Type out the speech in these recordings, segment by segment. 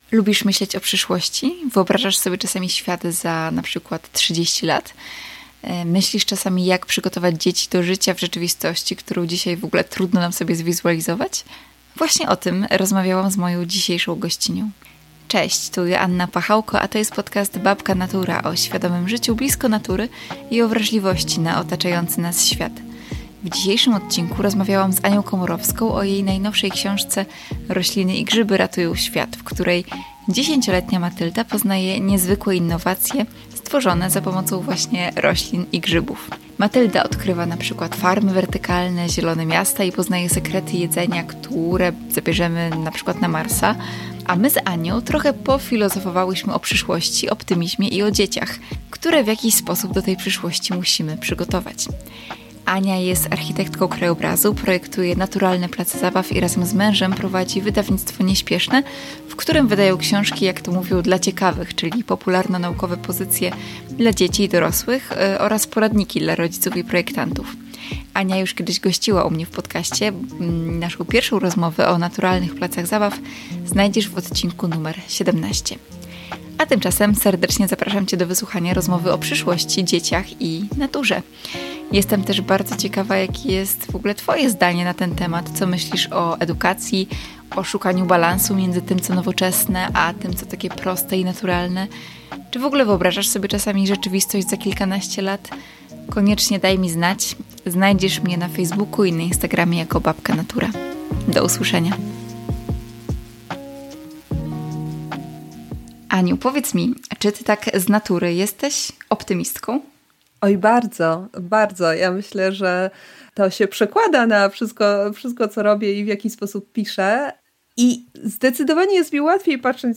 Lubisz myśleć o przyszłości? Wyobrażasz sobie czasami świat za na przykład 30 lat? Myślisz czasami, jak przygotować dzieci do życia w rzeczywistości, którą dzisiaj w ogóle trudno nam sobie zwizualizować? Właśnie o tym rozmawiałam z moją dzisiejszą gościnią. Cześć, tu Joanna Pachałko, a to jest podcast Babka Natura o świadomym życiu blisko natury i o wrażliwości na otaczający nas świat. W dzisiejszym odcinku rozmawiałam z Anią Komorowską o jej najnowszej książce Rośliny i grzyby ratują świat, w której 10-letnia Matylda poznaje niezwykłe innowacje stworzone za pomocą właśnie roślin i grzybów. Matylda odkrywa na przykład farmy wertykalne, zielone miasta i poznaje sekrety jedzenia, które zabierzemy na przykład na Marsa. A my z Anią trochę pofilozofowałyśmy o przyszłości, optymizmie i o dzieciach, które w jakiś sposób do tej przyszłości musimy przygotować. Ania jest architektką krajobrazu, projektuje naturalne place zabaw i razem z mężem prowadzi wydawnictwo Nieśpieszne, w którym wydają książki, jak to mówią, dla ciekawych, czyli popularno-naukowe pozycje dla dzieci i dorosłych oraz poradniki dla rodziców i projektantów. Ania już kiedyś gościła u mnie w podcaście. Naszą pierwszą rozmowę o naturalnych placach zabaw znajdziesz w odcinku numer 17. A tymczasem serdecznie zapraszam Cię do wysłuchania rozmowy o przyszłości, dzieciach i naturze. Jestem też bardzo ciekawa, jakie jest w ogóle Twoje zdanie na ten temat. Co myślisz o edukacji, o szukaniu balansu między tym, co nowoczesne, a tym, co takie proste i naturalne? Czy w ogóle wyobrażasz sobie czasami rzeczywistość za kilkanaście lat? Koniecznie daj mi znać. Znajdziesz mnie na Facebooku i na Instagramie jako Babka Natura. Do usłyszenia. Aniu, powiedz mi, czy ty tak z natury jesteś optymistką? Oj, bardzo, bardzo. Ja myślę, że to się przekłada na wszystko, co robię i w jaki sposób piszę. I zdecydowanie jest mi łatwiej patrzeć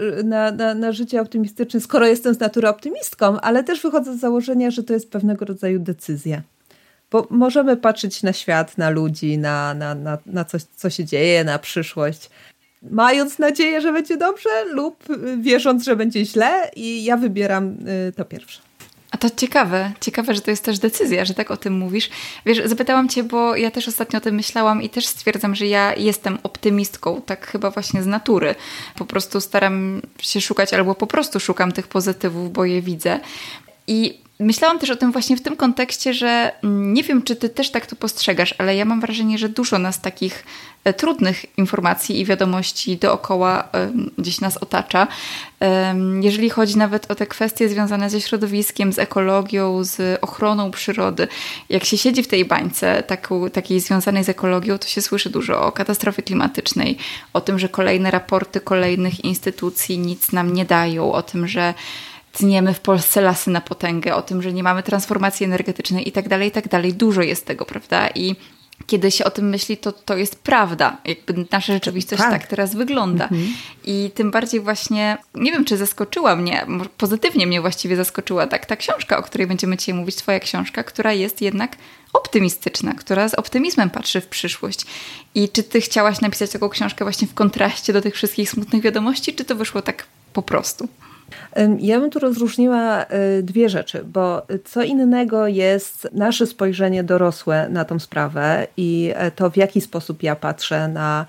na życie optymistyczne, skoro jestem z natury optymistką, ale też wychodzę z założenia, że to jest pewnego rodzaju decyzja. Bo możemy patrzeć na świat, na ludzi, na coś, co się dzieje, na przyszłość, mając nadzieję, że będzie dobrze lub wierząc, że będzie źle, i ja wybieram to pierwsze. A to ciekawe, że to jest też decyzja, że tak o tym mówisz. Wiesz, zapytałam Cię, bo ja też ostatnio o tym myślałam i też stwierdzam, że ja jestem optymistką, tak chyba właśnie z natury. Po prostu staram się szukać, albo po prostu szukam tych pozytywów, bo je widzę. I myślałam też o tym właśnie w tym kontekście, że nie wiem, czy ty też tak to postrzegasz, ale ja mam wrażenie, że dużo nas takich trudnych informacji i wiadomości dookoła gdzieś nas otacza. Jeżeli chodzi nawet o te kwestie związane ze środowiskiem, z ekologią, z ochroną przyrody. Jak się siedzi w tej bańce takiej związanej z ekologią, to się słyszy dużo o katastrofie klimatycznej, o tym, że kolejne raporty kolejnych instytucji nic nam nie dają, o tym, że tniemy w Polsce lasy na potęgę, o tym, że nie mamy transformacji energetycznej i tak dalej, i tak dalej. Dużo jest tego, prawda? I kiedy się o tym myśli, to jest prawda. Jakby nasza rzeczywistość tak teraz wygląda. I tym bardziej właśnie, nie wiem, czy zaskoczyła mnie, pozytywnie mnie właściwie zaskoczyła ta książka, o której będziemy dzisiaj mówić, twoja książka, która jest jednak optymistyczna, która z optymizmem patrzy w przyszłość. I czy ty chciałaś napisać taką książkę właśnie w kontraście do tych wszystkich smutnych wiadomości, czy to wyszło tak po prostu? Ja bym tu rozróżniła dwie rzeczy, bo co innego jest nasze spojrzenie dorosłe na tą sprawę i to, w jaki sposób ja patrzę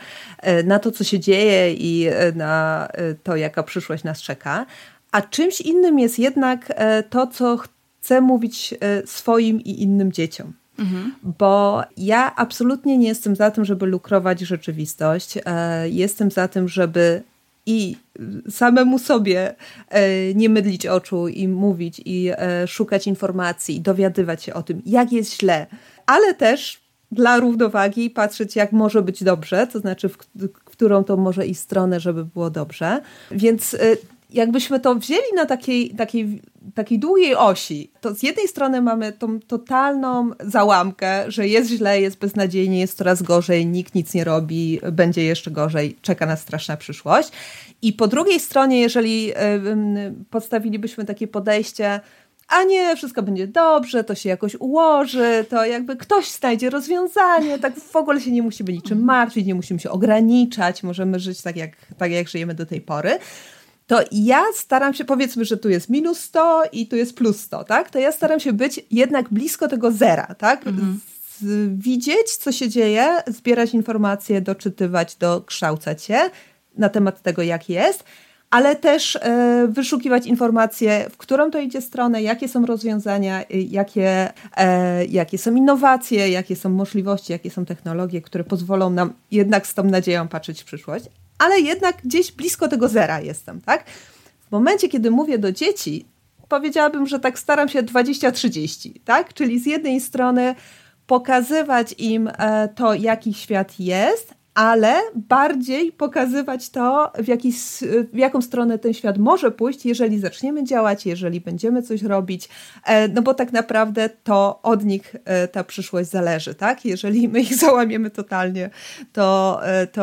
na to, co się dzieje i na to, jaka przyszłość nas czeka. A czymś innym jest jednak to, co chcę mówić swoim i innym dzieciom. Bo ja absolutnie nie jestem za tym, żeby lukrować rzeczywistość. Jestem za tym, żeby i samemu sobie nie mydlić oczu i mówić i szukać informacji i dowiadywać się o tym, jak jest źle, ale też dla równowagi patrzeć, jak może być dobrze, to znaczy w którą to może iść stronę, żeby było dobrze. Więc jakbyśmy to wzięli na takiej długiej osi, to z jednej strony mamy tą totalną załamkę, że jest źle, jest beznadziejnie, jest coraz gorzej, nikt nic nie robi, będzie jeszcze gorzej, czeka nas straszna przyszłość. I po drugiej stronie, jeżeli podstawilibyśmy takie podejście, a nie, wszystko będzie dobrze, to się jakoś ułoży, to jakby ktoś znajdzie rozwiązanie, tak w ogóle się nie musimy niczym martwić, nie musimy się ograniczać, możemy żyć tak jak żyjemy do tej pory. To ja staram się, powiedzmy, że tu jest minus 100 i tu jest plus 100, tak? To ja staram się być jednak blisko tego zera, tak? Widzieć, co się dzieje, zbierać informacje, doczytywać, dokształcać się na temat tego, jak jest, ale też wyszukiwać informacje, w którą to idzie stronę, jakie są rozwiązania, jakie są innowacje, jakie są możliwości, jakie są technologie, które pozwolą nam jednak z tą nadzieją patrzeć w przyszłość, ale jednak gdzieś blisko tego zera jestem, tak? W momencie, kiedy mówię do dzieci, powiedziałabym, że tak staram się 20-30, tak? Czyli z jednej strony pokazywać im to, jaki świat jest, ale bardziej pokazywać to, w jaką stronę ten świat może pójść, jeżeli zaczniemy działać, jeżeli będziemy coś robić, no bo tak naprawdę to od nich ta przyszłość zależy, tak? Jeżeli my ich załamiemy totalnie, to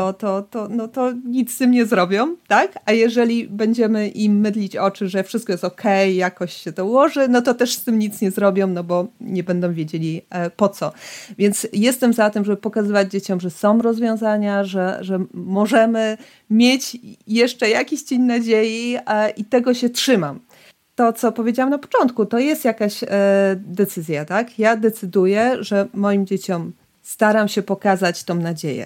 nic z tym nie zrobią, tak? A jeżeli będziemy im mydlić oczy, że wszystko jest okej, jakoś się to ułoży, no to też z tym nic nie zrobią, no bo nie będą wiedzieli po co. Więc jestem za tym, żeby pokazywać dzieciom, że są rozwiązania, że możemy mieć jeszcze jakiś cień nadziei i tego się trzymam. To, co powiedziałam na początku, to jest jakaś decyzja, tak? Ja decyduję, że moim dzieciom staram się pokazać tą nadzieję,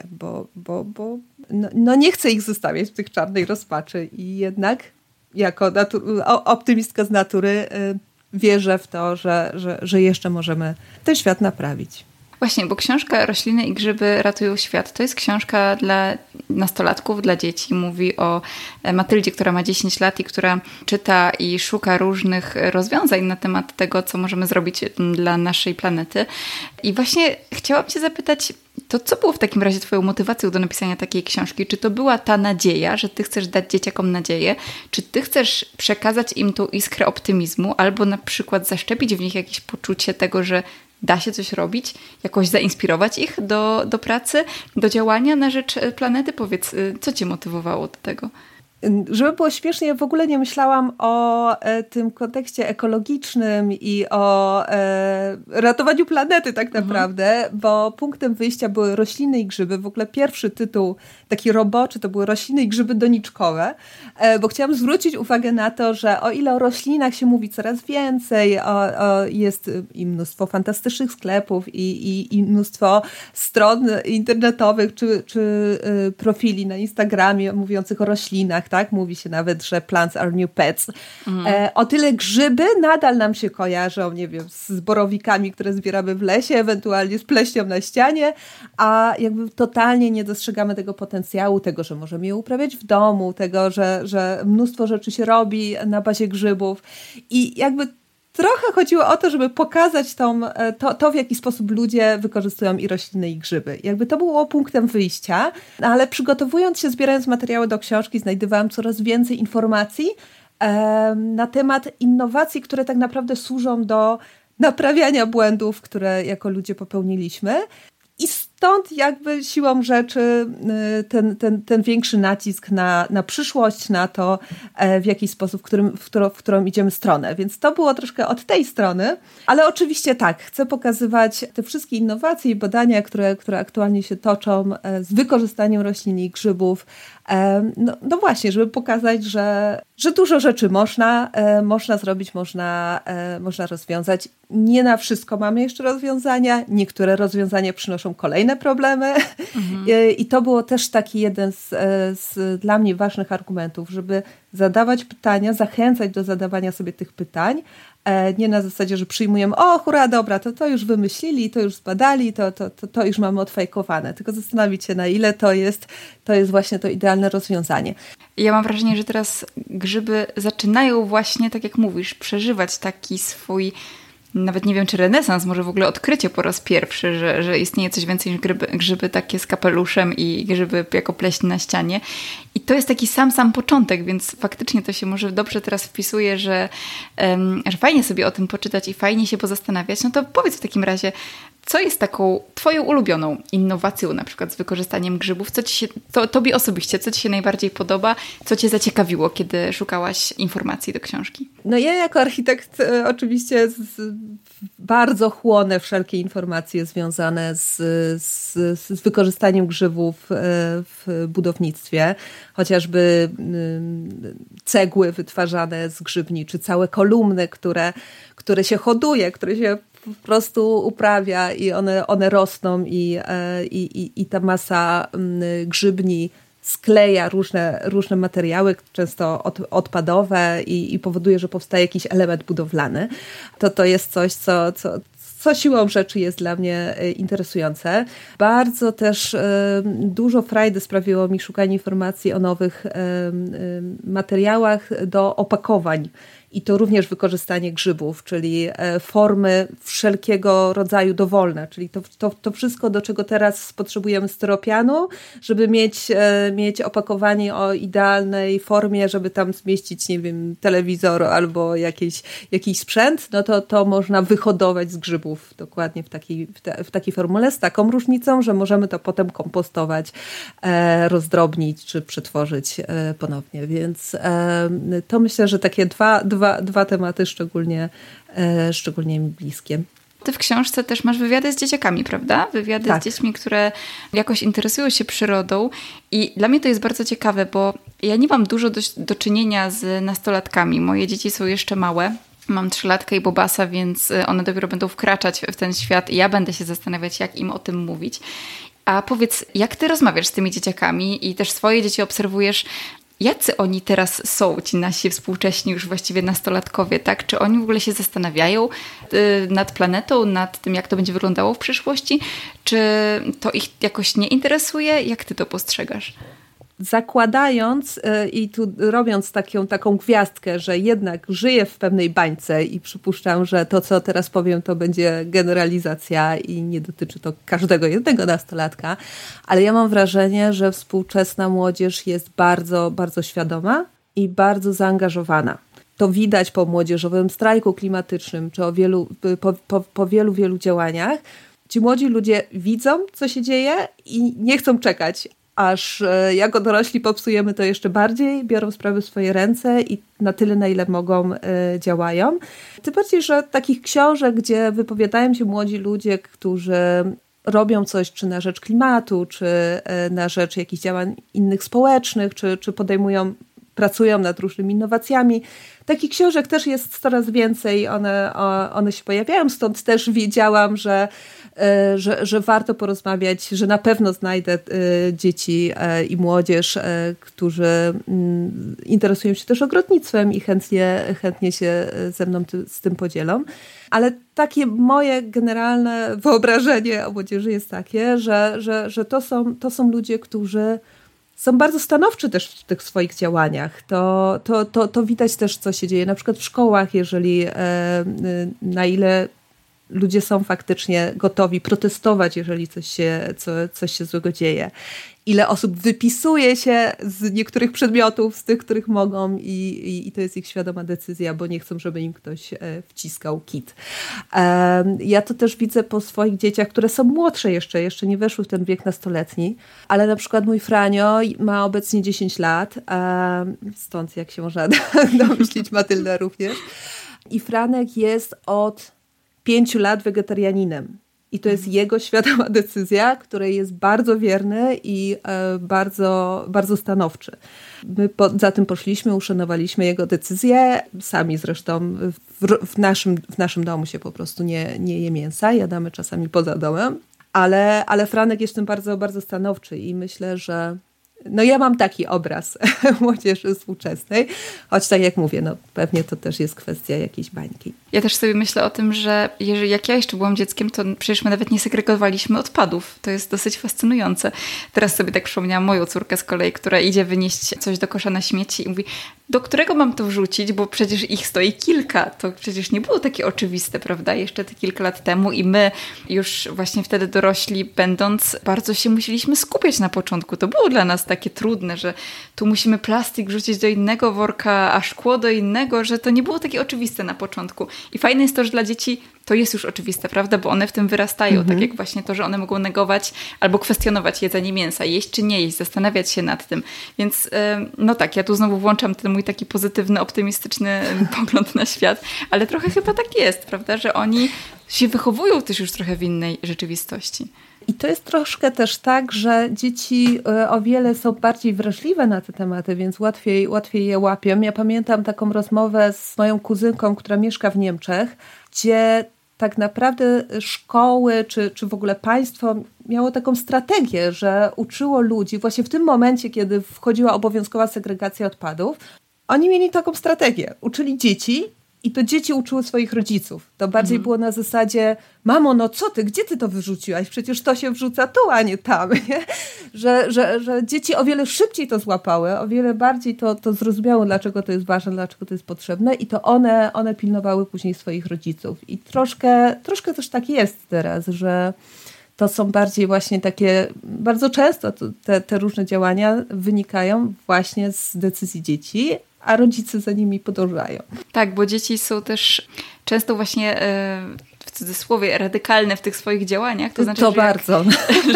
bo nie chcę ich zostawiać w tych czarnej rozpaczy i jednak jako optymistka z natury wierzę w to, że jeszcze możemy ten świat naprawić. Właśnie, bo książka Rośliny i grzyby ratują świat to jest książka dla nastolatków, dla dzieci. Mówi o Matyldzie, która ma 10 lat i która czyta i szuka różnych rozwiązań na temat tego, co możemy zrobić dla naszej planety. I właśnie chciałam cię zapytać, to co było w takim razie twoją motywacją do napisania takiej książki? Czy to była ta nadzieja, że ty chcesz dać dzieciakom nadzieję? Czy ty chcesz przekazać im tą iskrę optymizmu albo na przykład zaszczepić w nich jakieś poczucie tego, że da się coś robić, jakoś zainspirować ich do pracy, do działania na rzecz planety? Powiedz, co cię motywowało do tego? Żeby było śmiesznie, ja w ogóle nie myślałam o tym kontekście ekologicznym i o ratowaniu planety tak naprawdę, bo punktem wyjścia były rośliny i grzyby. W ogóle pierwszy tytuł taki roboczy to były rośliny i grzyby doniczkowe, bo chciałam zwrócić uwagę na to, że o ile o roślinach się mówi coraz więcej, jest i mnóstwo fantastycznych sklepów i mnóstwo stron internetowych czy profili na Instagramie mówiących o roślinach, tak? Mówi się nawet, że plants are new pets. O tyle grzyby nadal nam się kojarzą, nie wiem, z borowikami, które zbieramy w lesie, ewentualnie z pleśnią na ścianie, a jakby totalnie nie dostrzegamy tego potencjału, tego, że możemy je uprawiać w domu, tego, że mnóstwo rzeczy się robi na bazie grzybów i jakby trochę chodziło o to, żeby pokazać to, w jaki sposób ludzie wykorzystują i rośliny, i grzyby. Jakby to było punktem wyjścia, ale przygotowując się, zbierając materiały do książki, znajdowałam coraz więcej informacji na temat innowacji, które tak naprawdę służą do naprawiania błędów, które jako ludzie popełniliśmy. I stąd jakby siłą rzeczy ten większy nacisk na przyszłość, na to, w jaki sposób, w którą idziemy stronę. Więc to było troszkę od tej strony, ale oczywiście tak, chcę pokazywać te wszystkie innowacje i badania, które aktualnie się toczą z wykorzystaniem roślin i grzybów. No właśnie, żeby pokazać, że dużo rzeczy można zrobić, można rozwiązać. Nie na wszystko mamy jeszcze rozwiązania. Niektóre rozwiązania przynoszą kolejne problemy. I to było też taki jeden z dla mnie ważnych argumentów, żeby zadawać pytania, zachęcać do zadawania sobie tych pytań. Nie na zasadzie, że przyjmujemy, o hurra, dobra, to już wymyślili, to już zbadali, to już mamy odfajkowane. Tylko zastanowić się, na ile to jest właśnie to idealne rozwiązanie. Ja mam wrażenie, że teraz grzyby zaczynają właśnie, tak jak mówisz, przeżywać taki swój, nawet nie wiem czy renesans, może w ogóle odkrycie po raz pierwszy, że istnieje coś więcej niż grzyby takie z kapeluszem i grzyby jako pleśń na ścianie. I to jest taki sam początek, więc faktycznie to się może dobrze teraz wpisuje, że fajnie sobie o tym poczytać i fajnie się pozastanawiać. No to powiedz w takim razie, co jest taką twoją ulubioną innowacją na przykład z wykorzystaniem grzybów? Tobie osobiście, co ci się najbardziej podoba? Co cię zaciekawiło, kiedy szukałaś informacji do książki? No ja jako architekt oczywiście bardzo chłonę wszelkie informacje związane z wykorzystaniem grzybów w budownictwie. Chociażby cegły wytwarzane z grzybni, czy całe kolumny, które się hoduje, które się po prostu uprawia i one rosną i ta masa grzybni skleja różne materiały, często odpadowe i powoduje, że powstaje jakiś element budowlany. To jest coś, co siłą rzeczy jest dla mnie interesujące. Bardzo też dużo frajdy sprawiło mi szukanie informacji o nowych materiałach do opakowań. I to również wykorzystanie grzybów, czyli formy wszelkiego rodzaju dowolne, czyli to wszystko, do czego teraz potrzebujemy styropianu, żeby mieć opakowanie o idealnej formie, żeby tam zmieścić, nie wiem, telewizor albo jakiś sprzęt, no to można wyhodować z grzybów dokładnie w takiej formule, z taką różnicą, że możemy to potem kompostować, rozdrobnić czy przetworzyć ponownie. Więc to myślę, że takie dwa tematy szczególnie mi bliskie. Ty w książce też masz wywiady z dzieciakami, prawda? Wywiady z dziećmi, które jakoś interesują się przyrodą i dla mnie to jest bardzo ciekawe, bo ja nie mam dużo do czynienia z nastolatkami. Moje dzieci są jeszcze małe. Mam 3-latkę i Bobasa, więc one dopiero będą wkraczać w ten świat i ja będę się zastanawiać, jak im o tym mówić. A powiedz, jak ty rozmawiasz z tymi dzieciakami i też swoje dzieci obserwujesz, jacy oni teraz są, ci nasi współcześni już właściwie nastolatkowie, tak? Czy oni w ogóle się zastanawiają nad planetą, nad tym, jak to będzie wyglądało w przyszłości? Czy to ich jakoś nie interesuje? Jak ty to postrzegasz? Zakładając i tu robiąc taką gwiazdkę, że jednak żyję w pewnej bańce i przypuszczam, że to, co teraz powiem, to będzie generalizacja i nie dotyczy to każdego jednego nastolatka, ale ja mam wrażenie, że współczesna młodzież jest bardzo, bardzo świadoma i bardzo zaangażowana. To widać po młodzieżowym strajku klimatycznym, czy po wielu działaniach. Ci młodzi ludzie widzą, co się dzieje i nie chcą czekać, aż jako dorośli popsujemy to jeszcze bardziej, biorą sprawy w swoje ręce i na tyle, na ile mogą, działają. Tym bardziej, że takich książek, gdzie wypowiadają się młodzi ludzie, którzy robią coś czy na rzecz klimatu, czy na rzecz jakichś działań innych społecznych, czy pracują nad różnymi innowacjami. Takich książek też jest coraz więcej, one się pojawiają, stąd też wiedziałam, że warto porozmawiać, że na pewno znajdę dzieci i młodzież, którzy interesują się też ogrodnictwem i chętnie się ze mną z tym podzielą. Ale takie moje generalne wyobrażenie o młodzieży jest takie, że to są ludzie, którzy są bardzo stanowczy też w tych swoich działaniach. To widać też, co się dzieje na przykład w szkołach, na ile ludzie są faktycznie gotowi protestować, jeżeli coś się złego dzieje. Ile osób wypisuje się z niektórych przedmiotów, z tych, których mogą i to jest ich świadoma decyzja, bo nie chcą, żeby im ktoś wciskał kit. Ja to też widzę po swoich dzieciach, które są młodsze jeszcze nie weszły w ten wiek nastoletni, ale na przykład mój Franio ma obecnie 10 lat, stąd jak się można domyślić, Matylda również. I Franek jest od 5 lat wegetarianinem. I to jest jego świadoma decyzja, której jest bardzo wierny i bardzo, bardzo stanowczy. My za tym poszliśmy, uszanowaliśmy jego decyzję. Sami zresztą w naszym domu się po prostu nie je mięsa. Jadamy czasami poza domem. Ale Franek jest w tym bardzo, bardzo stanowczy i myślę, że ja mam taki obraz młodzieży współczesnej, choć tak jak mówię, pewnie to też jest kwestia jakiejś bańki. Ja też sobie myślę o tym, że jak ja jeszcze byłam dzieckiem, to przecież my nawet nie segregowaliśmy odpadów. To jest dosyć fascynujące. Teraz sobie tak przypomniałam moją córkę z kolei, która idzie wynieść coś do kosza na śmieci i mówi, do którego mam to wrzucić, bo przecież ich stoi kilka. To przecież nie było takie oczywiste, prawda? Jeszcze te kilka lat temu i my już właśnie wtedy dorośli będąc, bardzo się musieliśmy skupiać na początku. To było dla nas takie trudne, że tu musimy plastik wrzucić do innego worka, a szkło do innego, że to nie było takie oczywiste na początku. I fajne jest to, że dla dzieci to jest już oczywiste, prawda? Bo one w tym wyrastają, tak jak właśnie to, że one mogą negować albo kwestionować jedzenie mięsa, jeść czy nie jeść, zastanawiać się nad tym. Więc tak, ja tu znowu włączam ten mój taki pozytywny, optymistyczny pogląd na świat, ale trochę chyba tak jest, prawda? Że oni się wychowują też już trochę w innej rzeczywistości. I to jest troszkę też tak, że dzieci o wiele są bardziej wrażliwe na te tematy, więc łatwiej je łapią. Ja pamiętam taką rozmowę z moją kuzynką, która mieszka w Niemczech, gdzie tak naprawdę szkoły czy w ogóle państwo miało taką strategię, że uczyło ludzi właśnie w tym momencie, kiedy wchodziła obowiązkowa segregacja odpadów, oni mieli taką strategię. Uczyli dzieci i to dzieci uczyły swoich rodziców. To bardziej było na zasadzie, mamo, no co ty, gdzie ty to wyrzuciłaś? Przecież to się wrzuca tu, a nie tam. Nie? Że dzieci o wiele szybciej to złapały, o wiele bardziej to zrozumiało, dlaczego to jest ważne, dlaczego to jest potrzebne i to one pilnowały później swoich rodziców. I troszkę też tak jest teraz, że to są bardziej właśnie takie, bardzo często te różne działania wynikają właśnie z decyzji dzieci, a rodzice za nimi podążają. Tak, bo dzieci są też często właśnie w cudzysłowie radykalne w tych swoich działaniach. To znaczy, to bardzo.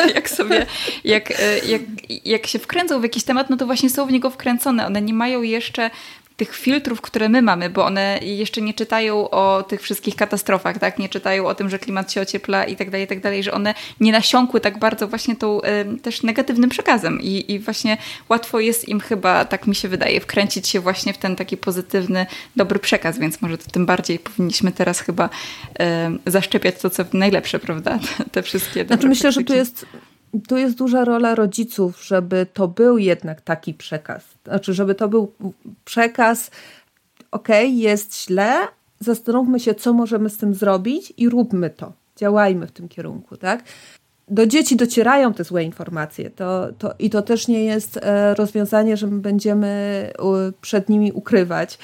Jak się wkręcą w jakiś temat, no to właśnie są w niego wkręcone. One nie mają jeszcze tych filtrów, które my mamy, bo one jeszcze nie czytają o tych wszystkich katastrofach, tak? Nie czytają o tym, że klimat się ociepla i tak dalej, że one nie nasiąkły tak bardzo właśnie tą też negatywnym przekazem i właśnie łatwo jest im chyba, tak mi się wydaje, wkręcić się właśnie w ten taki pozytywny, dobry przekaz, więc może to tym bardziej powinniśmy teraz chyba zaszczepiać to, co najlepsze, prawda? Te wszystkie dobre Znaczy myślę, praktyki. że tu jest duża rola rodziców, żeby to był jednak taki przekaz. Znaczy, żeby to był przekaz, okej, jest źle, zastanówmy się, co możemy z tym zrobić i róbmy to. Działajmy w tym kierunku, tak? Do dzieci docierają te złe informacje. I to też nie jest rozwiązanie, że my będziemy przed nimi ukrywać,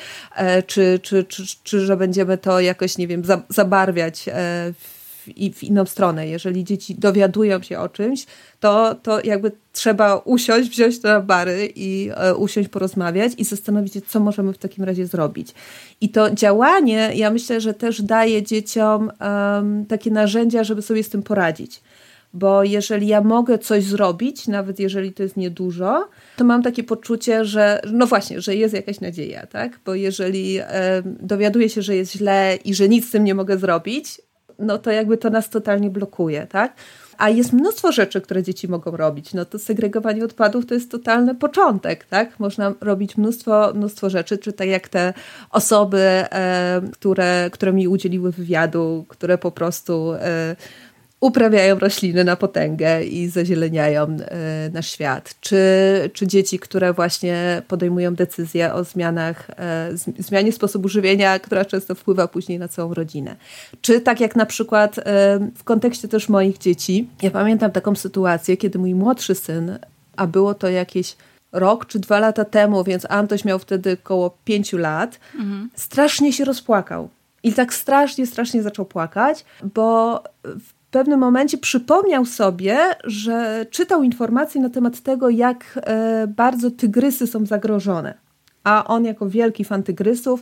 czy że będziemy to jakoś, nie wiem, zabarwiać w inną stronę. Jeżeli dzieci dowiadują się o czymś, to jakby trzeba usiąść, wziąć to na bary i usiąść, porozmawiać i zastanowić się, co możemy w takim razie zrobić. I to działanie, ja myślę, że też daje dzieciom takie narzędzia, żeby sobie z tym poradzić. Bo jeżeli ja mogę coś zrobić, nawet jeżeli to jest niedużo, to mam takie poczucie, że no właśnie, że jest jakaś nadzieja, tak? Bo jeżeli dowiaduję się, że jest źle i że nic z tym nie mogę zrobić, no to jakby to nas totalnie blokuje, tak? A jest mnóstwo rzeczy, które dzieci mogą robić. No to segregowanie odpadów to jest totalny początek, tak? Można robić mnóstwo rzeczy, czy tak jak te osoby, które mi udzieliły wywiadu, które po prostu uprawiają rośliny na potęgę i zazieleniają nasz świat. Czy dzieci, które właśnie podejmują decyzje o zmianie sposobu żywienia, która często wpływa później na całą rodzinę. Czy tak jak na przykład w kontekście też moich dzieci, ja pamiętam taką sytuację, kiedy mój młodszy syn, a było to jakieś rok czy 2 lata temu, więc Antoś miał wtedy około 5 lat, strasznie się rozpłakał. I tak strasznie zaczął płakać, bo w pewnym momencie przypomniał sobie, że czytał informacje na temat tego, jak bardzo tygrysy są zagrożone. A on jako wielki fan tygrysów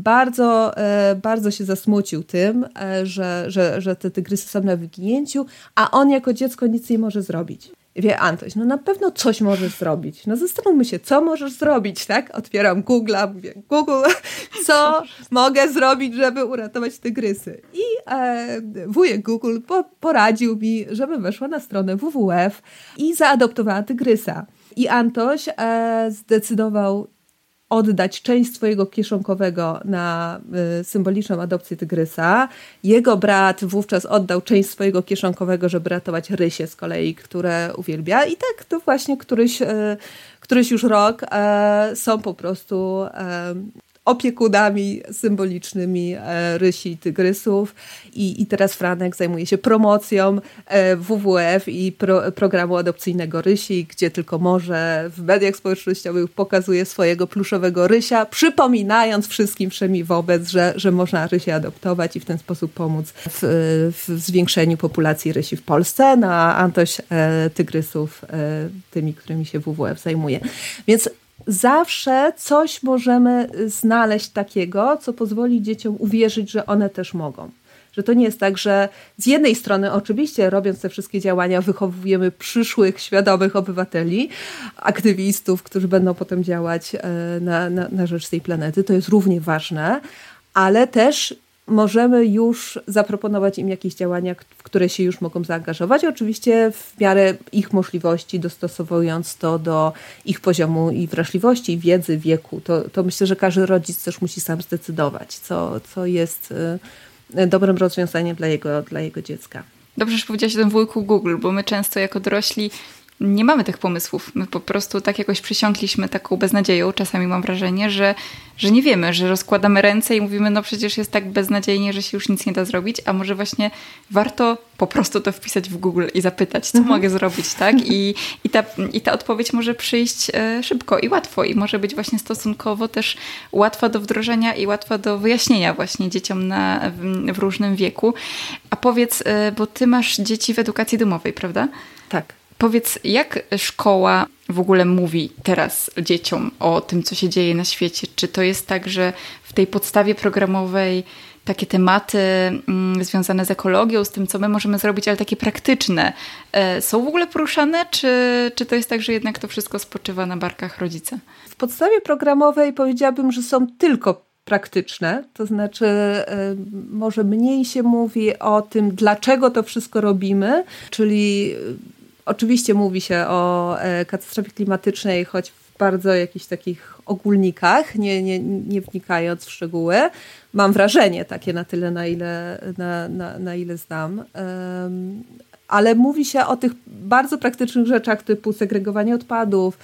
bardzo się zasmucił tym, że te tygrysy są na wyginięciu, a on jako dziecko nic nie może zrobić. Wie, Antoś, no na pewno coś możesz zrobić. No zastanówmy się, co możesz zrobić, tak? Otwieram Google'a, mówię, Google, co mogę zrobić, żeby uratować tygrysy? I wujek Google poradził mi, żebym weszła na stronę WWF i zaadoptowała tygrysa. I Antoś zdecydował oddać część swojego kieszonkowego na symboliczną adopcję tygrysa. Jego brat wówczas oddał część swojego kieszonkowego, żeby ratować rysie z kolei, które uwielbia. I tak to właśnie któryś już rok są po prostu opiekunami symbolicznymi rysi i tygrysów. I teraz Franek zajmuje się promocją WWF i programu adopcyjnego rysi, gdzie tylko może w mediach społecznościowych pokazuje swojego pluszowego rysia, przypominając wszystkim wszemi wobec, że można rysie adoptować i w ten sposób pomóc w zwiększeniu populacji rysi w Polsce. No a Antoś tygrysów tymi, którymi się WWF zajmuje. Więc zawsze coś możemy znaleźć takiego, co pozwoli dzieciom uwierzyć, że one też mogą. Że to nie jest tak, że z jednej strony oczywiście robiąc te wszystkie działania wychowujemy przyszłych, świadomych obywateli, aktywistów, którzy będą potem działać na rzecz tej planety. To jest równie ważne, ale też możemy już zaproponować im jakieś działania, w które się już mogą zaangażować. Oczywiście w miarę ich możliwości, dostosowując to do ich poziomu i wrażliwości, wiedzy, wieku. To myślę, że każdy rodzic też musi sam zdecydować, co jest dobrym rozwiązaniem dla jego dziecka. Dobrze, że powiedziałaś o tym wujku Google, bo my często jako dorośli nie mamy tych pomysłów. My po prostu tak jakoś przysiągliśmy taką beznadzieją. Czasami mam wrażenie, że nie wiemy, że rozkładamy ręce i mówimy, no przecież jest tak beznadziejnie, że się już nic nie da zrobić, a może właśnie warto po prostu to wpisać w Google i zapytać, co mogę zrobić, tak? I ta odpowiedź może przyjść szybko i łatwo i może być właśnie stosunkowo też łatwa do wdrożenia i łatwa do wyjaśnienia właśnie dzieciom w różnym wieku. A powiedz, bo ty masz dzieci w edukacji domowej, prawda? Tak. Powiedz, jak szkoła w ogóle mówi teraz dzieciom o tym, co się dzieje na świecie? Czy to jest tak, że w tej podstawie programowej takie tematy związane z ekologią, z tym, co my możemy zrobić, ale takie praktyczne, są w ogóle poruszane? Czy to jest tak, że jednak to wszystko spoczywa na barkach rodzica? W podstawie programowej powiedziałabym, że są tylko praktyczne, to znaczy może mniej się mówi o tym, dlaczego to wszystko robimy, czyli oczywiście mówi się o katastrofie klimatycznej, choć w bardzo jakichś takich ogólnikach, nie wnikając w szczegóły. Mam wrażenie takie na tyle, na ile znam. Ale mówi się o tych bardzo praktycznych rzeczach typu segregowanie odpadów,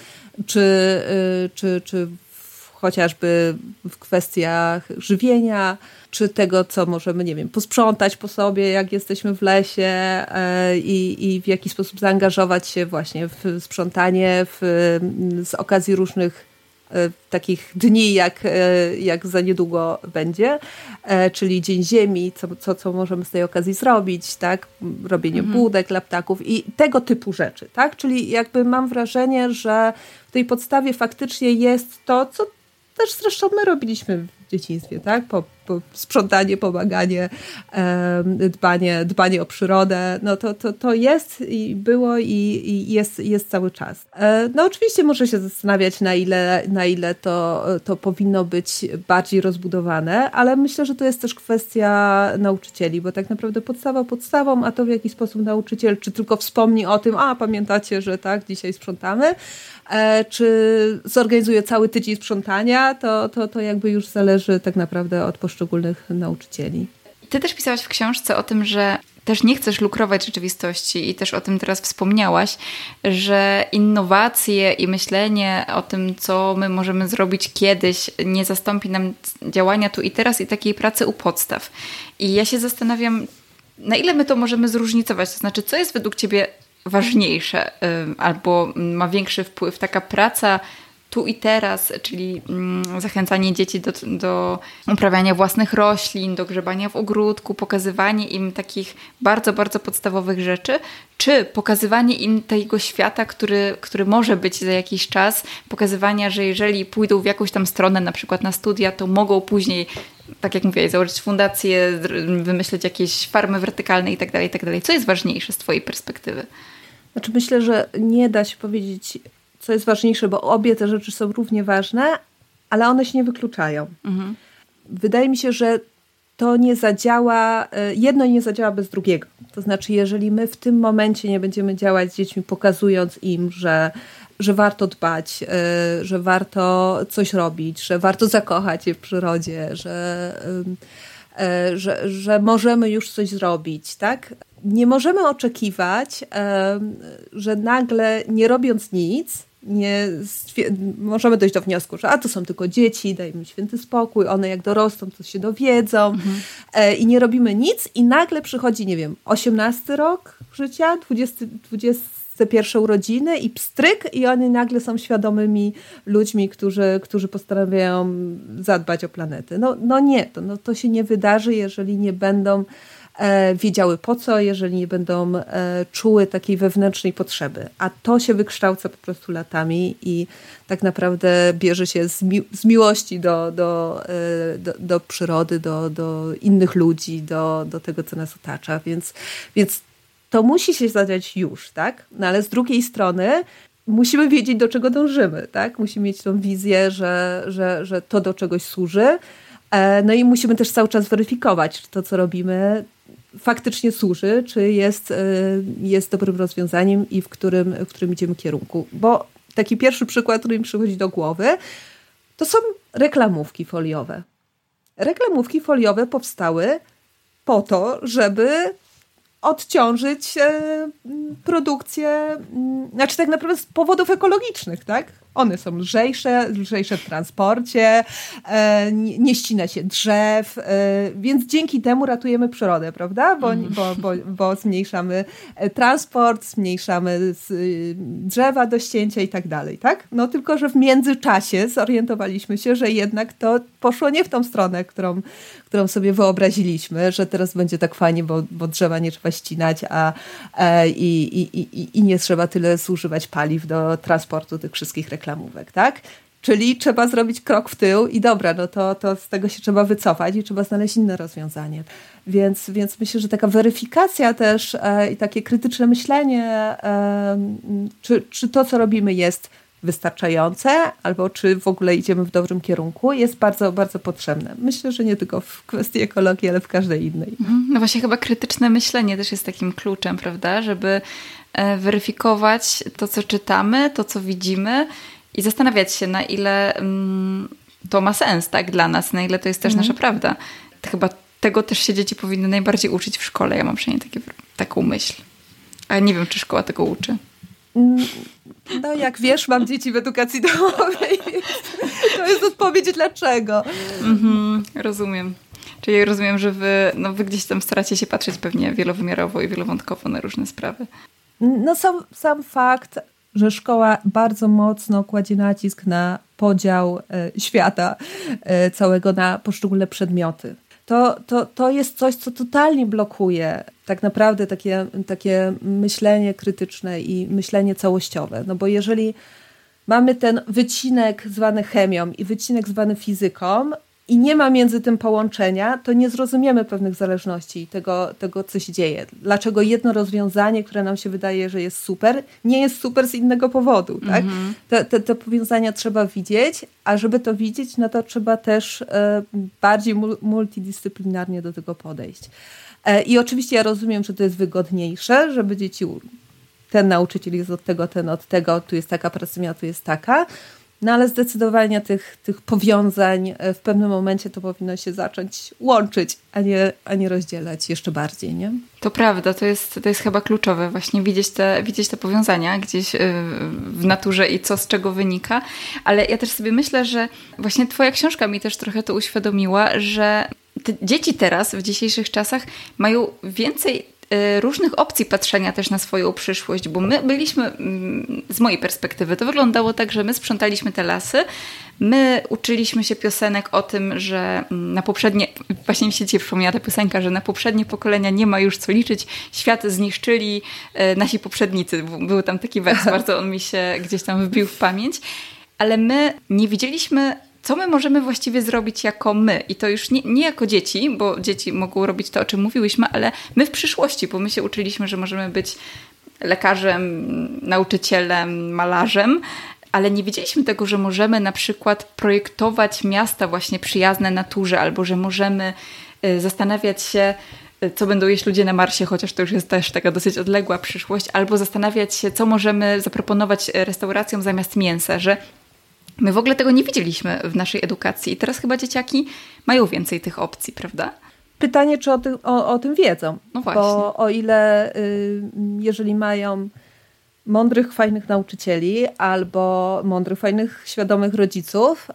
czy chociażby w kwestiach żywienia, czy tego, co możemy, nie wiem, posprzątać po sobie, jak jesteśmy w lesie i w jaki sposób zaangażować się właśnie w sprzątanie z okazji różnych takich dni, jak za niedługo będzie, czyli Dzień Ziemi, co możemy z tej okazji zrobić, tak? Robienie budek dla ptaków i tego typu rzeczy, tak? Czyli jakby mam wrażenie, że w tej podstawie faktycznie jest to, co też zresztą my robiliśmy w dzieciństwie, tak? Sprzątanie, pomaganie, dbanie o przyrodę. No to jest i było i jest cały czas. No oczywiście może się zastanawiać, na ile to powinno być bardziej rozbudowane, ale myślę, że to jest też kwestia nauczycieli, bo tak naprawdę podstawa podstawą, a to w jaki sposób nauczyciel, czy tylko wspomni o tym, pamiętacie, że tak, dzisiaj sprzątamy, czy zorganizuje cały tydzień sprzątania, to jakby już zależy tak naprawdę od poszczególnych nauczycieli. Ty też pisałaś w książce o tym, że też nie chcesz lukrować rzeczywistości i też o tym teraz wspomniałaś, że innowacje i myślenie o tym, co my możemy zrobić kiedyś, nie zastąpi nam działania tu i teraz i takiej pracy u podstaw. I ja się zastanawiam, na ile my to możemy zróżnicować, to znaczy, co jest według ciebie ważniejsze albo ma większy wpływ taka praca tu i teraz, czyli zachęcanie dzieci do uprawiania własnych roślin, do grzebania w ogródku, pokazywanie im takich bardzo, bardzo podstawowych rzeczy, czy pokazywanie im tego świata, który może być za jakiś czas, pokazywania, że jeżeli pójdą w jakąś tam stronę, na przykład na studia, to mogą później, tak jak mówiłaś, założyć fundację, wymyśleć jakieś farmy wertykalne i tak dalej. Co jest ważniejsze z twojej perspektywy? Znaczy myślę, że nie da się powiedzieć, co jest ważniejsze, bo obie te rzeczy są równie ważne, ale one się nie wykluczają. Mhm. Wydaje mi się, że to nie zadziała, jedno nie zadziała bez drugiego. To znaczy, jeżeli my w tym momencie nie będziemy działać z dziećmi, pokazując im, że warto dbać, że warto coś robić, że warto zakochać je w przyrodzie, że możemy już coś zrobić, tak? Nie możemy oczekiwać, że nagle nie robiąc nic, możemy dojść do wniosku, że to są tylko dzieci, dajmy im święty spokój, one jak dorosną, to się dowiedzą i nie robimy nic i nagle przychodzi, nie wiem, 18 rok życia, 21 urodziny i pstryk i oni nagle są świadomymi ludźmi, którzy postanawiają zadbać o planetę. No nie, to się nie wydarzy, jeżeli nie będą wiedziały po co, jeżeli nie będą czuły takiej wewnętrznej potrzeby. A to się wykształca po prostu latami i tak naprawdę bierze się z miłości do przyrody, do innych ludzi, do tego, co nas otacza. Więc to musi się zadziać już, tak? No ale z drugiej strony musimy wiedzieć, do czego dążymy, tak? Musimy mieć tą wizję, że to do czegoś służy. No i musimy też cały czas weryfikować, czy to, co robimy, faktycznie służy, czy jest dobrym rozwiązaniem i w którym idziemy kierunku. Bo taki pierwszy przykład, który mi przychodzi do głowy, to są reklamówki foliowe. Reklamówki foliowe powstały po to, żeby odciążyć produkcję, znaczy tak naprawdę z powodów ekologicznych, tak? One są lżejsze w transporcie, nie ścina się drzew, więc dzięki temu ratujemy przyrodę, prawda? Bo zmniejszamy transport, zmniejszamy drzewa do ścięcia i tak dalej, tak? No tylko, że w międzyczasie zorientowaliśmy się, że jednak to poszło nie w tą stronę, którą sobie wyobraziliśmy, że teraz będzie tak fajnie, bo drzewa nie trzeba ścinać, i nie trzeba tyle zużywać paliw do transportu tych wszystkich reklamówek, tak? Czyli trzeba zrobić krok w tył i dobra, no to z tego się trzeba wycofać i trzeba znaleźć inne rozwiązanie. Więc myślę, że taka weryfikacja też i takie krytyczne myślenie, czy to, co robimy, jest wystarczające, albo czy w ogóle idziemy w dobrym kierunku, jest bardzo, bardzo potrzebne. Myślę, że nie tylko w kwestii ekologii, ale w każdej innej. No właśnie chyba krytyczne myślenie też jest takim kluczem, prawda? Żeby weryfikować to, co czytamy, to, co widzimy i zastanawiać się, na ile to ma sens, tak, dla nas, na ile to jest też nasza prawda. Chyba tego też się dzieci powinny najbardziej uczyć w szkole. Ja mam przynajmniej taką myśl. Ale nie wiem, czy szkoła tego uczy. No jak wiesz, mam dzieci w edukacji domowej, więc to jest odpowiedź dlaczego. Rozumiem. Czyli rozumiem, że wy gdzieś tam staracie się patrzeć pewnie wielowymiarowo i wielowątkowo na różne sprawy. No sam fakt, że szkoła bardzo mocno kładzie nacisk na podział świata całego na poszczególne przedmioty. To jest coś, co totalnie blokuje tak naprawdę takie myślenie krytyczne i myślenie całościowe. No bo jeżeli mamy ten wycinek zwany chemią i wycinek zwany fizyką i nie ma między tym połączenia, to nie zrozumiemy pewnych zależności i tego, co się dzieje. Dlaczego jedno rozwiązanie, które nam się wydaje, że jest super, nie jest super z innego powodu. Tak? Te powiązania trzeba widzieć, a żeby to widzieć, no to trzeba też bardziej multidyscyplinarnie do tego podejść. I oczywiście ja rozumiem, że to jest wygodniejsze, żeby dzieci, ten nauczyciel jest od tego, ten od tego, tu jest taka praca zmiana, tu jest taka. No ale zdecydowanie tych powiązań w pewnym momencie to powinno się zacząć łączyć, a nie rozdzielać jeszcze bardziej, nie? To prawda, to jest chyba kluczowe właśnie widzieć te powiązania gdzieś w naturze i co z czego wynika. Ale ja też sobie myślę, że właśnie twoja książka mi też trochę to uświadomiła, że te dzieci teraz w dzisiejszych czasach mają więcej różnych opcji patrzenia też na swoją przyszłość, bo my byliśmy, z mojej perspektywy, to wyglądało tak, że my sprzątaliśmy te lasy, my uczyliśmy się piosenek o tym, że na poprzednie, właśnie mi się dzisiaj przypomniała ta piosenka, że na poprzednie pokolenia nie ma już co liczyć, świat zniszczyli nasi poprzednicy. Był tam taki wers, bardzo on mi się gdzieś tam wbił w pamięć, ale my nie widzieliśmy, co my możemy właściwie zrobić jako my. I to już nie jako dzieci, bo dzieci mogą robić to, o czym mówiłyśmy, ale my w przyszłości, bo my się uczyliśmy, że możemy być lekarzem, nauczycielem, malarzem, ale nie wiedzieliśmy tego, że możemy na przykład projektować miasta właśnie przyjazne naturze, albo że możemy zastanawiać się, co będą jeść ludzie na Marsie, chociaż to już jest też taka dosyć odległa przyszłość, albo zastanawiać się, co możemy zaproponować restauracjom zamiast mięsa, że my w ogóle tego nie widzieliśmy w naszej edukacji i teraz chyba dzieciaki mają więcej tych opcji, prawda? Pytanie, czy o tym wiedzą. No właśnie. Bo o ile jeżeli mają mądrych, fajnych nauczycieli albo mądrych, fajnych, świadomych rodziców,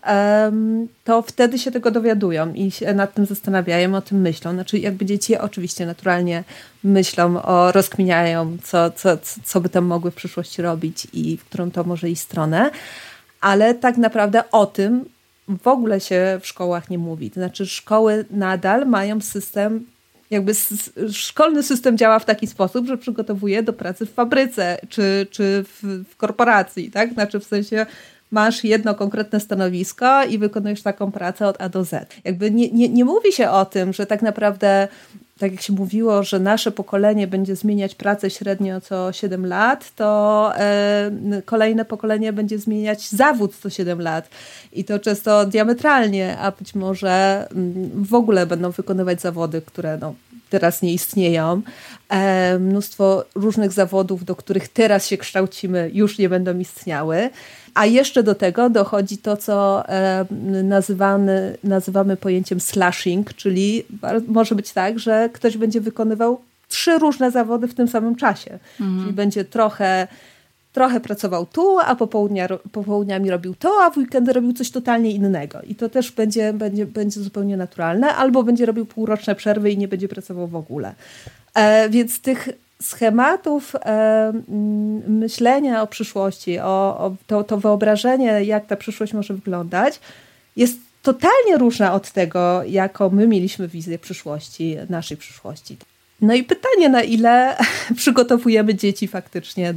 to wtedy się tego dowiadują i się nad tym zastanawiają, o tym myślą. Znaczy jakby dzieci oczywiście naturalnie myślą, rozkminiają, co by tam mogły w przyszłości robić i w którą to może iść stronę. Ale tak naprawdę o tym w ogóle się w szkołach nie mówi. To znaczy szkoły nadal mają system, jakby szkolny system działa w taki sposób, że przygotowuje do pracy w fabryce czy w korporacji, tak? Znaczy w sensie masz jedno konkretne stanowisko i wykonujesz taką pracę od A do Z. Jakby nie mówi się o tym, że tak naprawdę, tak jak się mówiło, że nasze pokolenie będzie zmieniać pracę średnio co 7 lat, to kolejne pokolenie będzie zmieniać zawód co 7 lat. I to często diametralnie, a być może w ogóle będą wykonywać zawody, które teraz nie istnieją. Mnóstwo różnych zawodów, do których teraz się kształcimy, już nie będą istniały. A jeszcze do tego dochodzi to, co nazywamy pojęciem slashing, czyli może być tak, że ktoś będzie wykonywał 3 różne zawody w tym samym czasie. Czyli będzie trochę pracował tu, a popołudniami robił to, a w weekendy robił coś totalnie innego. I to też będzie zupełnie naturalne. Albo będzie robił półroczne przerwy i nie będzie pracował w ogóle. Więc tych schematów myślenia o przyszłości, to wyobrażenie, jak ta przyszłość może wyglądać, jest totalnie różna od tego, jaką my mieliśmy wizję przyszłości, naszej przyszłości. No i pytanie, na ile przygotowujemy dzieci faktycznie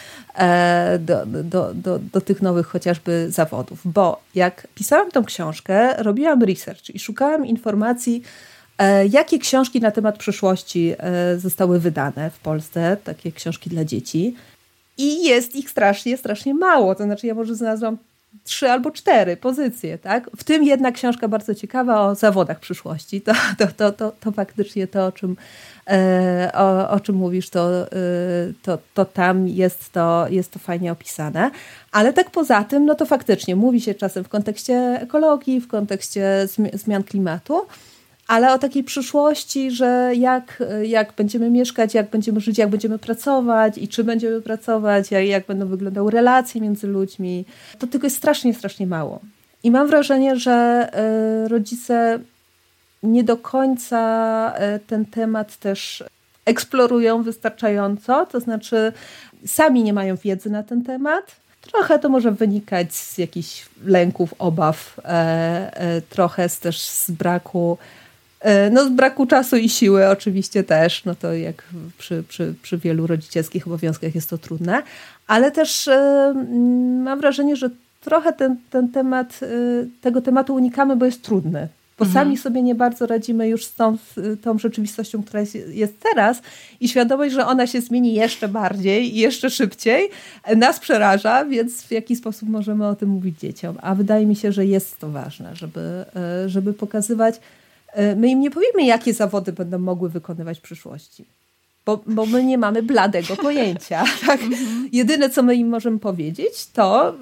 do tych nowych chociażby zawodów. Bo jak pisałam tą książkę, robiłam research i szukałam informacji, jakie książki na temat przyszłości zostały wydane w Polsce, takie książki dla dzieci. I jest ich strasznie mało. To znaczy ja może znalazłam 3 albo 4 pozycje, tak? W tym jedna książka bardzo ciekawa o zawodach przyszłości. To faktycznie to, o czym mówisz, to tam jest to fajnie opisane. Ale tak poza tym, no to faktycznie mówi się czasem w kontekście ekologii, w kontekście zmian klimatu, ale o takiej przyszłości, że jak będziemy mieszkać, jak będziemy żyć, jak będziemy pracować i czy będziemy pracować, jak będą wyglądały relacje między ludźmi, to tego jest strasznie mało. I mam wrażenie, że rodzice nie do końca ten temat też eksplorują wystarczająco, to znaczy sami nie mają wiedzy na ten temat. Trochę to może wynikać z jakichś lęków, obaw, trochę też z braku czasu i siły oczywiście też, no to jak przy wielu rodzicielskich obowiązkach jest to trudne, ale też mam wrażenie, że trochę tego tematu unikamy, bo jest trudny. Bo sami sobie nie bardzo radzimy już z tą rzeczywistością, która jest teraz i świadomość, że ona się zmieni jeszcze bardziej i jeszcze szybciej nas przeraża, więc w jaki sposób możemy o tym mówić dzieciom. A wydaje mi się, że jest to ważne, żeby pokazywać. My im nie powiemy, jakie zawody będą mogły wykonywać w przyszłości. Bo my nie mamy bladego pojęcia. Tak? Jedyne, co my im możemy powiedzieć, to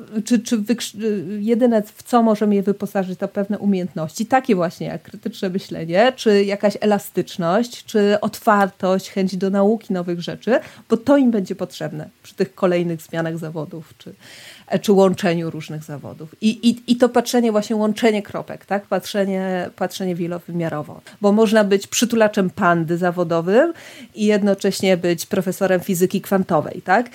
jedyne, w co możemy je wyposażyć, to pewne umiejętności, takie właśnie jak krytyczne myślenie, czy jakaś elastyczność, czy otwartość, chęć do nauki nowych rzeczy, bo to im będzie potrzebne przy tych kolejnych zmianach zawodów, czy łączeniu różnych zawodów. I to patrzenie, właśnie łączenie kropek, tak? Patrzenie wielowymiarowo. Bo można być przytulaczem pandy zawodowym i jednocześnie być profesorem fizyki kwantowej, tak?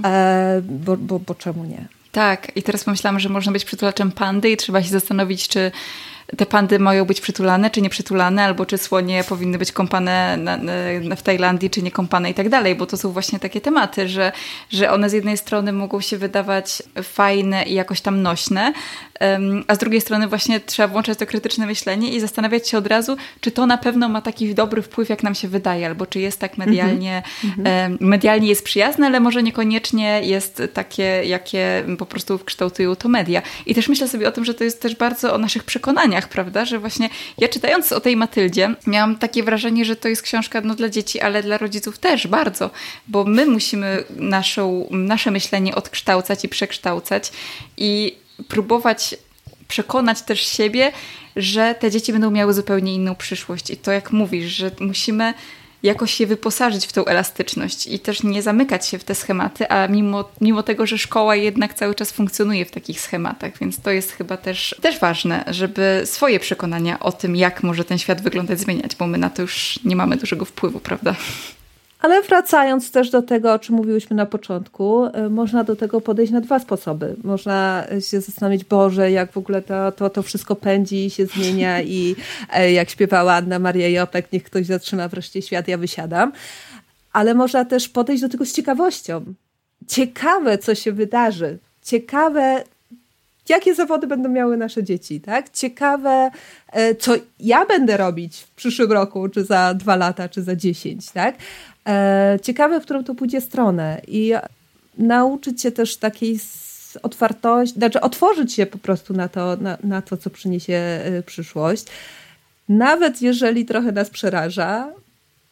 Bo czemu nie? Tak, i teraz pomyślałam, że można być przytulaczem pandy i trzeba się zastanowić, czy te pandy mają być przytulane, czy nie przytulane, albo czy słonie powinny być kąpane w Tajlandii, czy nie kąpane i tak dalej, bo to są właśnie takie tematy, że one z jednej strony mogą się wydawać fajne i jakoś tam nośne, a z drugiej strony właśnie trzeba włączać to krytyczne myślenie i zastanawiać się od razu, czy to na pewno ma taki dobry wpływ, jak nam się wydaje, albo czy jest tak medialnie jest przyjazne, ale może niekoniecznie jest takie, jakie po prostu kształtują to media. I też myślę sobie o tym, że to jest też bardzo o naszych przekonaniach, prawda, że właśnie ja czytając o tej Matyldzie miałam takie wrażenie, że to jest książka dla dzieci, ale dla rodziców też bardzo, bo my musimy nasze myślenie odkształcać i przekształcać i próbować przekonać też siebie, że te dzieci będą miały zupełnie inną przyszłość. I to jak mówisz, że musimy jakoś się wyposażyć w tą elastyczność i też nie zamykać się w te schematy, a mimo tego, że szkoła jednak cały czas funkcjonuje w takich schematach, więc to jest chyba też ważne, żeby swoje przekonania o tym, jak może ten świat wyglądać, zmieniać, bo my na to już nie mamy dużego wpływu, prawda? Ale wracając też do tego, o czym mówiłyśmy na początku, można do tego podejść na 2 sposoby. Można się zastanowić, Boże, jak w ogóle to wszystko pędzi i się zmienia i jak śpiewała Anna Maria Jopek, niech ktoś zatrzyma wreszcie świat, ja wysiadam. Ale można też podejść do tego z ciekawością. Ciekawe, co się wydarzy. Ciekawe, jakie zawody będą miały nasze dzieci, tak? Ciekawe, co ja będę robić w przyszłym roku, czy za 2 lata, czy za 10, tak? Ciekawe, w którą to pójdzie stronę i nauczyć się też takiej otwartości, znaczy otworzyć się po prostu na to, co przyniesie przyszłość. Nawet jeżeli trochę nas przeraża,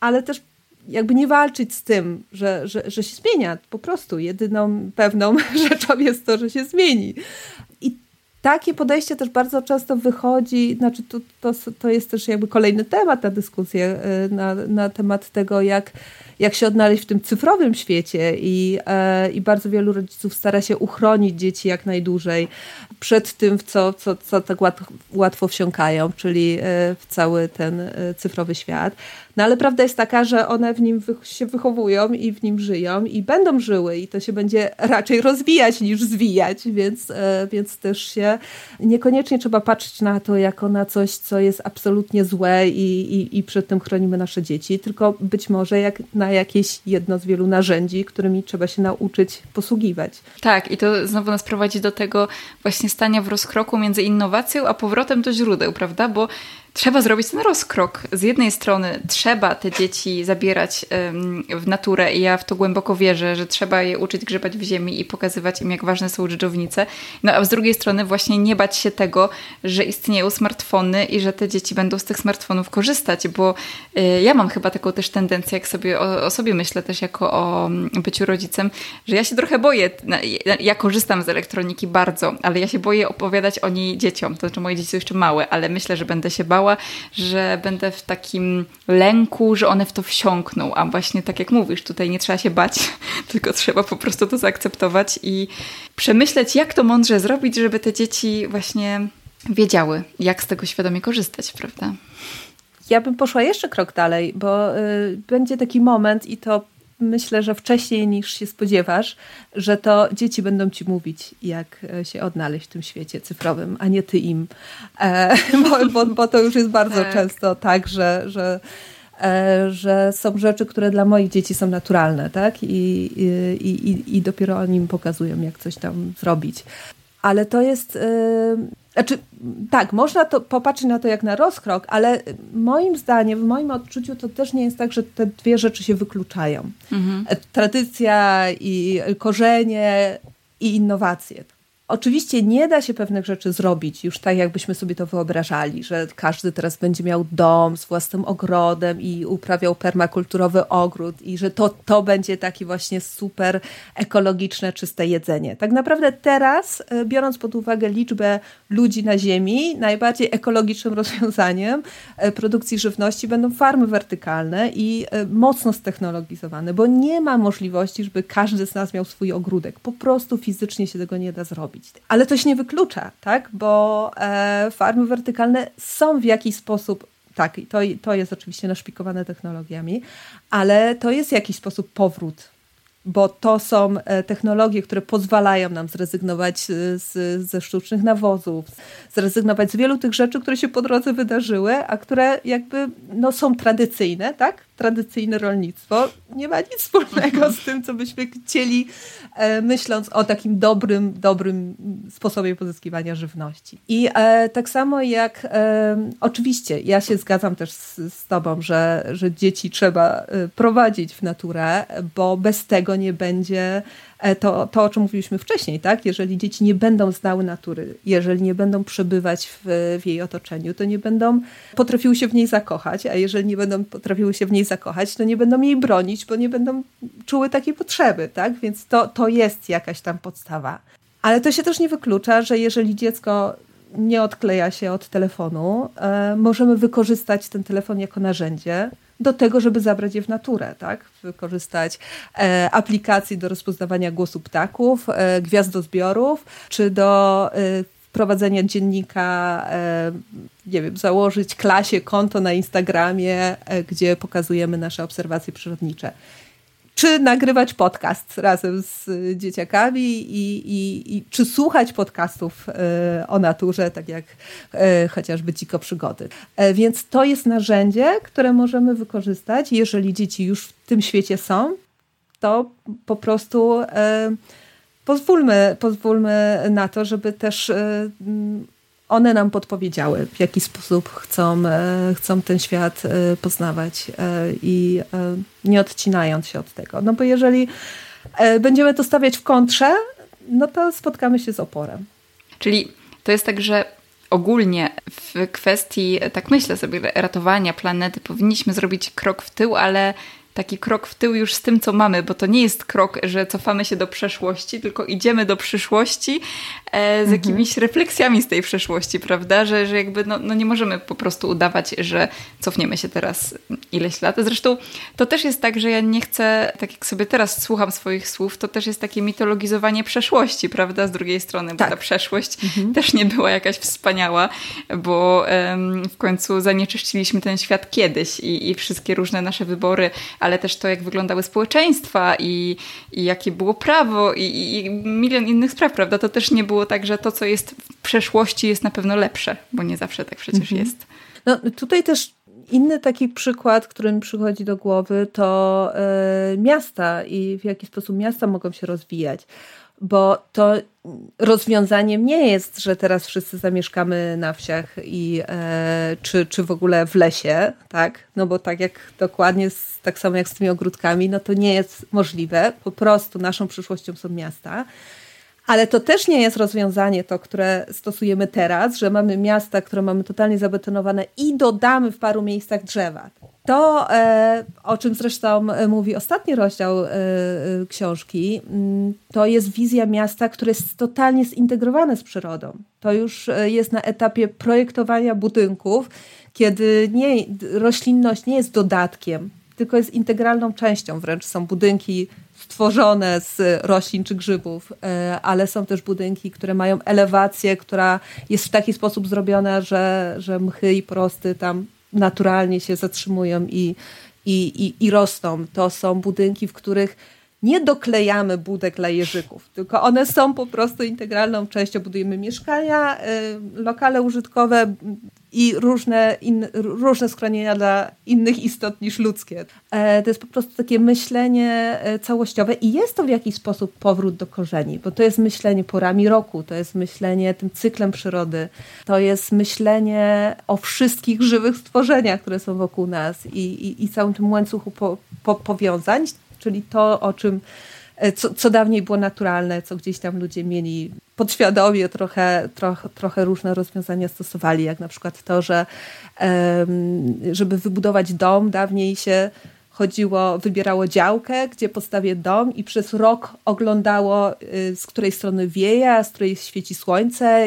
ale też jakby nie walczyć z tym, że się zmienia. Po prostu jedyną pewną rzeczą jest to, że się zmieni. I takie podejście też bardzo często wychodzi, znaczy to jest też jakby kolejny temat na dyskusję na temat tego, jak się odnaleźć w tym cyfrowym świecie i bardzo wielu rodziców stara się uchronić dzieci jak najdłużej przed tym, w co tak łatwo wsiąkają, czyli w cały ten cyfrowy świat. No ale prawda jest taka, że one w nim się wychowują i w nim żyją i będą żyły i to się będzie raczej rozwijać niż zwijać, więc też się niekoniecznie trzeba patrzeć na to jako na coś, co jest absolutnie złe i przed tym chronimy nasze dzieci, tylko być może jak na jakieś jedno z wielu narzędzi, którymi trzeba się nauczyć posługiwać. Tak, i to znowu nas prowadzi do tego właśnie stania w rozkroku między innowacją a powrotem do źródeł, prawda? Bo trzeba zrobić ten rozkrok. Z jednej strony trzeba te dzieci zabierać w naturę i ja w to głęboko wierzę, że trzeba je uczyć grzebać w ziemi i pokazywać im, jak ważne są dżdżownice. No a z drugiej strony właśnie nie bać się tego, że istnieją smartfony i że te dzieci będą z tych smartfonów korzystać, bo ja mam chyba taką też tendencję, jak sobie o sobie myślę też jako o byciu rodzicem, że ja się trochę boję. Ja korzystam z elektroniki bardzo, ale ja się boję opowiadać o niej dzieciom. To znaczy moje dzieci są jeszcze małe, ale myślę, że będę się bała, że będę w takim lęku, że one w to wsiąkną, a właśnie tak jak mówisz, tutaj nie trzeba się bać, tylko trzeba po prostu to zaakceptować i przemyśleć, jak to mądrze zrobić, żeby te dzieci właśnie wiedziały, jak z tego świadomie korzystać, prawda? Ja bym poszła jeszcze krok dalej, bo będzie taki moment i to myślę, że wcześniej niż się spodziewasz, że to dzieci będą ci mówić, jak się odnaleźć w tym świecie cyfrowym, a nie ty im. Bo to już jest bardzo często tak, że są rzeczy, które dla moich dzieci są naturalne, tak? I dopiero oni im pokazują, jak coś tam zrobić. Ale to jest... tak, można to popatrzeć na to jak na rozkrok, ale moim zdaniem, w moim odczuciu to też nie jest tak, że te dwie rzeczy się wykluczają. Mhm. Tradycja i korzenie i innowacje. Oczywiście nie da się pewnych rzeczy zrobić już tak, jakbyśmy sobie to wyobrażali, że każdy teraz będzie miał dom z własnym ogrodem i uprawiał permakulturowy ogród i że to będzie takie właśnie super ekologiczne, czyste jedzenie. Tak naprawdę teraz, biorąc pod uwagę liczbę ludzi na ziemi, najbardziej ekologicznym rozwiązaniem produkcji żywności będą farmy wertykalne i mocno ztechnologizowane, bo nie ma możliwości, żeby każdy z nas miał swój ogródek. Po prostu fizycznie się tego nie da zrobić. Ale to się nie wyklucza, tak? Bo farmy wertykalne są w jakiś sposób, tak, to jest oczywiście naszpikowane technologiami, ale to jest w jakiś sposób powrót, bo to są technologie, które pozwalają nam zrezygnować ze sztucznych nawozów, zrezygnować z wielu tych rzeczy, które się po drodze wydarzyły, a które jakby są tradycyjne, tak? Tradycyjne rolnictwo nie ma nic wspólnego z tym, co byśmy chcieli, myśląc o takim dobrym sposobie pozyskiwania żywności. I tak samo jak oczywiście ja się zgadzam też z tobą, że dzieci trzeba prowadzić w naturę, bo bez tego nie będzie to, o czym mówiliśmy wcześniej, tak? Jeżeli dzieci nie będą znały natury, jeżeli nie będą przebywać w jej otoczeniu, to nie będą potrafiły się w niej zakochać, a jeżeli nie będą potrafiły się w niej zakochać, to nie będą jej bronić, bo nie będą czuły takiej potrzeby, tak? Więc to jest jakaś tam podstawa. Ale to się też nie wyklucza, że jeżeli dziecko nie odkleja się od telefonu, możemy wykorzystać ten telefon jako narzędzie do tego, żeby zabrać je w naturę, tak? Wykorzystać aplikacji do rozpoznawania głosu ptaków, gwiazdozbiorów, czy do prowadzenia dziennika, nie wiem, założyć klasie konto na Instagramie, gdzie pokazujemy nasze obserwacje przyrodnicze. Czy nagrywać podcast razem z dzieciakami i czy słuchać podcastów o naturze, tak jak chociażby Dziko Przygody. Więc to jest narzędzie, które możemy wykorzystać. Jeżeli dzieci już w tym świecie są, to po prostu pozwólmy na to, żeby też one nam podpowiedziały, w jaki sposób chcą ten świat poznawać i nie odcinając się od tego. No bo jeżeli będziemy to stawiać w kontrze, no to spotkamy się z oporem. Czyli to jest tak, że ogólnie w w kwestii, tak myślę sobie, ratowania planety powinniśmy zrobić krok w tył, ale taki krok w tył już z tym, co mamy, bo to nie jest krok, że cofamy się do przeszłości, tylko idziemy do przyszłości z jakimiś refleksjami z tej przeszłości, prawda? Że jakby no nie możemy po prostu udawać, że cofniemy się teraz ileś lat. Zresztą to też jest tak, że ja nie chcę, tak jak sobie teraz słucham swoich słów, to też jest takie mitologizowanie przeszłości, prawda? Z drugiej strony, bo ta przeszłość też nie była jakaś wspaniała, bo w końcu zanieczyściliśmy ten świat kiedyś i wszystkie różne nasze wybory, ale też to, jak wyglądały społeczeństwa i jakie było prawo i milion innych spraw, prawda? To też nie było tak, że to, co jest w przeszłości, jest na pewno lepsze, bo nie zawsze tak przecież jest. No tutaj też inny taki przykład, który mi przychodzi do głowy, to miasta i w jaki sposób miasta mogą się rozwijać. Bo to rozwiązaniem nie jest, że teraz wszyscy zamieszkamy na wsiach czy w ogóle w lesie, tak? No bo tak jak dokładnie, tak samo jak z tymi ogródkami, no to nie jest możliwe. Po prostu naszą przyszłością są miasta. Ale to też nie jest rozwiązanie to, które stosujemy teraz, że mamy miasta, które mamy totalnie zabetonowane i dodamy w paru miejscach drzewa. To, o czym zresztą mówi ostatni rozdział książki, to jest wizja miasta, które jest totalnie zintegrowane z przyrodą. To już jest na etapie projektowania budynków, kiedy roślinność nie jest dodatkiem, tylko jest integralną częścią. Wręcz są budynki stworzone z roślin czy grzybów, ale są też budynki, które mają elewację, która jest w taki sposób zrobiona, że mchy i porosty tam naturalnie się zatrzymują i rosną. To są budynki, w których nie doklejamy budek dla jeżyków, tylko one są po prostu integralną częścią. Budujemy mieszkania, lokale użytkowe i różne schronienia dla innych istot niż ludzkie. To jest po prostu takie myślenie całościowe i jest to w jakiś sposób powrót do korzeni, bo to jest myślenie porami roku, to jest myślenie tym cyklem przyrody, to jest myślenie o wszystkich żywych stworzeniach, które są wokół nas i całym tym łańcuchu powiązań, czyli to, o czym, co dawniej było naturalne, co gdzieś tam ludzie mieli podświadomie, trochę różne rozwiązania stosowali, jak na przykład to, że żeby wybudować dom, dawniej się wybierało działkę, gdzie postawię dom i przez rok oglądało, z której strony wieje, a z której świeci słońce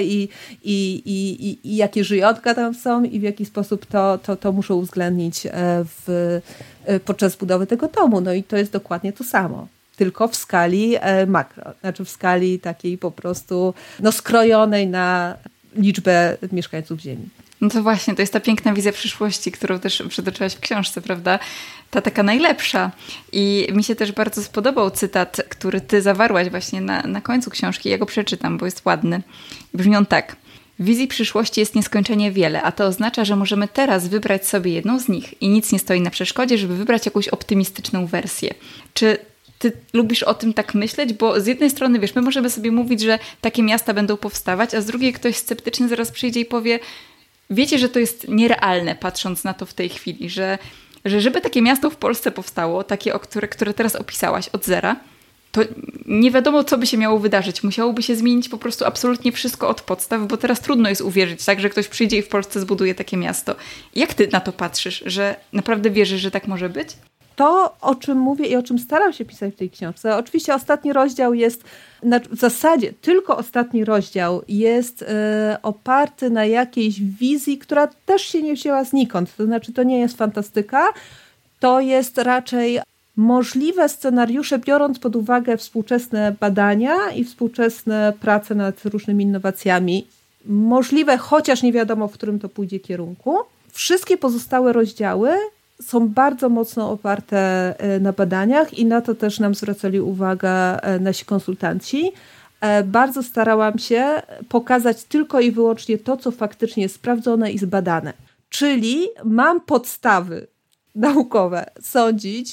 i jakie żyjątka tam są i w jaki sposób to muszą uwzględnić podczas budowy tego domu. No i to jest dokładnie to samo. Tylko w skali makro, znaczy w skali takiej po prostu skrojonej na liczbę mieszkańców Ziemi. No to właśnie, to jest ta piękna wizja przyszłości, którą też przytoczyłaś w książce, prawda? Ta taka najlepsza. I mi się też bardzo spodobał cytat, który ty zawarłaś właśnie na końcu książki. Ja go przeczytam, bo jest ładny. I brzmi on tak. Wizji przyszłości jest nieskończenie wiele, a to oznacza, że możemy teraz wybrać sobie jedną z nich i nic nie stoi na przeszkodzie, żeby wybrać jakąś optymistyczną wersję. Czy ty lubisz o tym tak myśleć? Bo z jednej strony, wiesz, my możemy sobie mówić, że takie miasta będą powstawać, a z drugiej ktoś sceptyczny zaraz przyjdzie i powie, wiecie, że to jest nierealne, patrząc na to w tej chwili, że żeby takie miasto w Polsce powstało, takie, które teraz opisałaś od zera, to nie wiadomo, co by się miało wydarzyć. Musiałoby się zmienić po prostu absolutnie wszystko od podstaw, bo teraz trudno jest uwierzyć, tak, że ktoś przyjdzie i w Polsce zbuduje takie miasto. Jak ty na to patrzysz? Że naprawdę wierzysz, że tak może być? To, o czym mówię i o czym staram się pisać w tej książce, oczywiście ostatni rozdział jest, w zasadzie tylko ostatni rozdział jest oparty na jakiejś wizji, która też się nie wzięła znikąd. To znaczy, to nie jest fantastyka, to jest raczej możliwe scenariusze, biorąc pod uwagę współczesne badania i współczesne prace nad różnymi innowacjami. Możliwe, chociaż nie wiadomo, w którym to pójdzie kierunku. Wszystkie pozostałe rozdziały są bardzo mocno oparte na badaniach i na to też nam zwracali uwagę nasi konsultanci. Bardzo starałam się pokazać tylko i wyłącznie to, co faktycznie jest sprawdzone i zbadane. Czyli mam podstawy naukowe sądzić,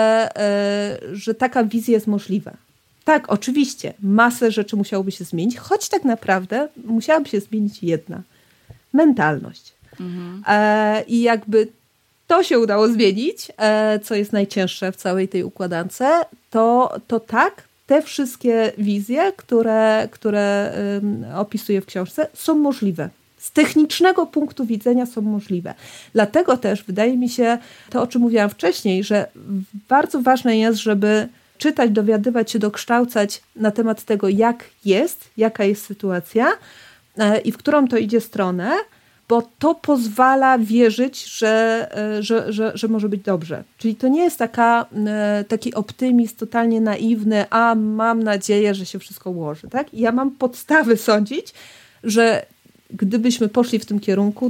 że taka wizja jest możliwa. Tak, oczywiście, masę rzeczy musiałoby się zmienić, choć tak naprawdę musiałaby się zmienić jedna. Mentalność. I jakby to się udało zmienić, co jest najcięższe w całej tej układance, to tak, te wszystkie wizje, które opisuję w książce, są możliwe. z technicznego punktu widzenia są możliwe. Dlatego też wydaje mi się to, o czym mówiłam wcześniej, że bardzo ważne jest, żeby czytać, dowiadywać się, dokształcać na temat tego, jak jest, jaka jest sytuacja i w którą to idzie stronę, bo to pozwala wierzyć, że może być dobrze. Czyli to nie jest taki optymizm totalnie naiwny, a mam nadzieję, że się wszystko ułoży. Tak? I ja mam podstawy sądzić, że gdybyśmy poszli w tym kierunku,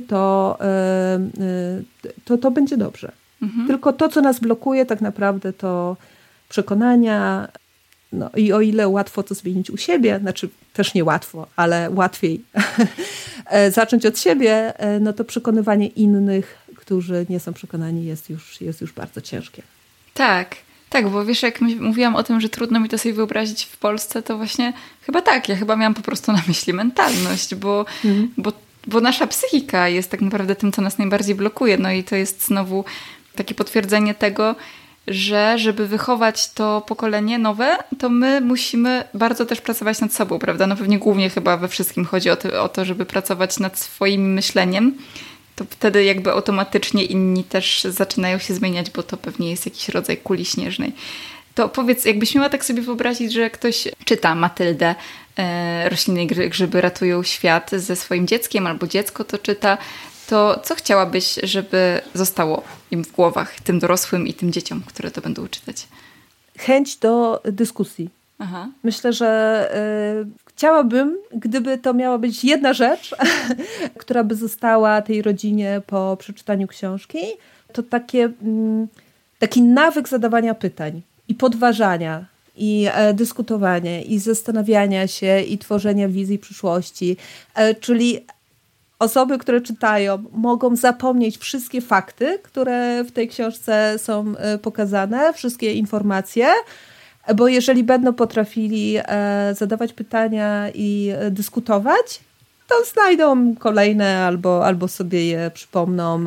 to będzie dobrze. Mhm. Tylko to, co nas blokuje tak naprawdę, to przekonania. No i o ile łatwo to zmienić u siebie, znaczy też nie łatwo, ale łatwiej zacząć od siebie, no to przekonywanie innych, którzy nie są przekonani, jest już bardzo ciężkie. Tak, bo wiesz, jak mówiłam o tym, że trudno mi to sobie wyobrazić w Polsce, to właśnie chyba tak, ja chyba miałam po prostu na myśli mentalność, bo nasza psychika jest tak naprawdę tym, co nas najbardziej blokuje. No i to jest znowu takie potwierdzenie tego, że żeby wychować to pokolenie nowe, to my musimy bardzo też pracować nad sobą, prawda? No pewnie głównie chyba we wszystkim chodzi o to, żeby pracować nad swoim myśleniem. To wtedy jakby automatycznie inni też zaczynają się zmieniać, bo to pewnie jest jakiś rodzaj kuli śnieżnej. To powiedz, jakbyś miała tak sobie wyobrazić, że ktoś czyta Matyldę, Rośliny i grzyby ratują świat ze swoim dzieckiem, albo dziecko to czyta, to co chciałabyś, żeby zostało im w głowach, tym dorosłym i tym dzieciom, które to będą czytać? Chęć do dyskusji. Aha. Myślę, że chciałabym, gdyby to miała być jedna rzecz, która by została tej rodzinie po przeczytaniu książki, to taki nawyk zadawania pytań i podważania, i dyskutowania, i zastanawiania się, i tworzenia wizji przyszłości. Czyli osoby, które czytają, mogą zapomnieć wszystkie fakty, które w tej książce są pokazane, wszystkie informacje, bo jeżeli będą potrafili zadawać pytania i dyskutować, to znajdą kolejne albo sobie je przypomną.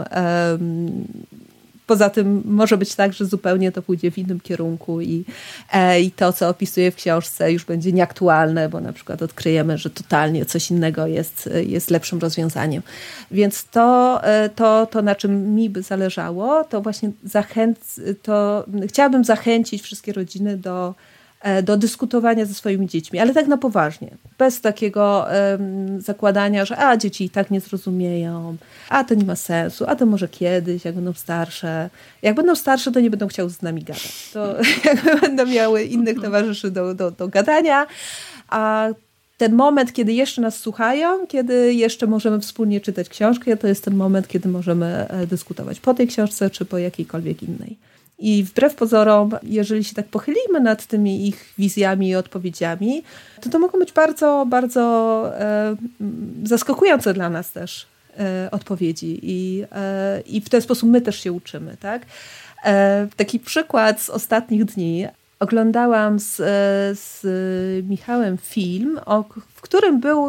Poza tym może być tak, że zupełnie to pójdzie w innym kierunku i to, co opisuje w książce, już będzie nieaktualne, bo na przykład odkryjemy, że totalnie coś innego jest lepszym rozwiązaniem. Więc to, na czym mi by zależało, to właśnie chciałabym zachęcić wszystkie rodziny do dyskutowania ze swoimi dziećmi, ale tak na poważnie. Bez takiego zakładania, że dzieci i tak nie zrozumieją, to nie ma sensu, to może kiedyś, jak będą starsze. Jak będą starsze, to nie będą chciały z nami gadać. To jakby będą miały innych towarzyszy do gadania, a ten moment, kiedy jeszcze nas słuchają, kiedy jeszcze możemy wspólnie czytać książkę, to jest ten moment, kiedy możemy dyskutować po tej książce, czy po jakiejkolwiek innej. I wbrew pozorom, jeżeli się tak pochylimy nad tymi ich wizjami i odpowiedziami, to mogą być bardzo, bardzo zaskakujące dla nas też odpowiedzi. I w ten sposób my też się uczymy. Tak? Taki przykład z ostatnich dni. Oglądałam z Michałem film, w którym był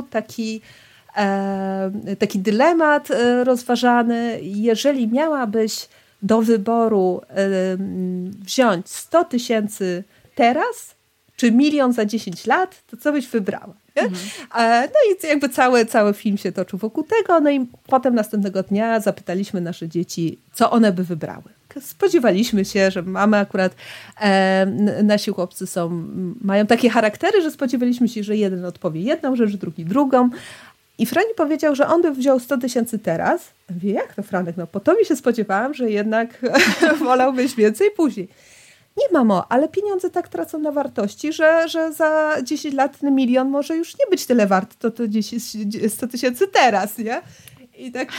taki dylemat rozważany. Jeżeli miałabyś do wyboru wziąć 100 000 teraz, czy 1 000 000 za 10 lat, to co byś wybrała? No i jakby cały film się toczył wokół tego, no i potem następnego dnia zapytaliśmy nasze dzieci, co one by wybrały. Spodziewaliśmy się, że mamy akurat, nasi chłopcy mają takie charaktery, że spodziewaliśmy się, że jeden odpowie jedną rzecz, drugi drugą. I Frani powiedział, że on by wziął 100 000 teraz. Ja mówię, jak to, Franek? No po to mi się spodziewałam, że jednak wolałbyś więcej później. Nie, mamo, ale pieniądze tak tracą na wartości, że za 10 lat 1 milion może już nie być tyle wart, to 100 000 teraz, nie? I tak,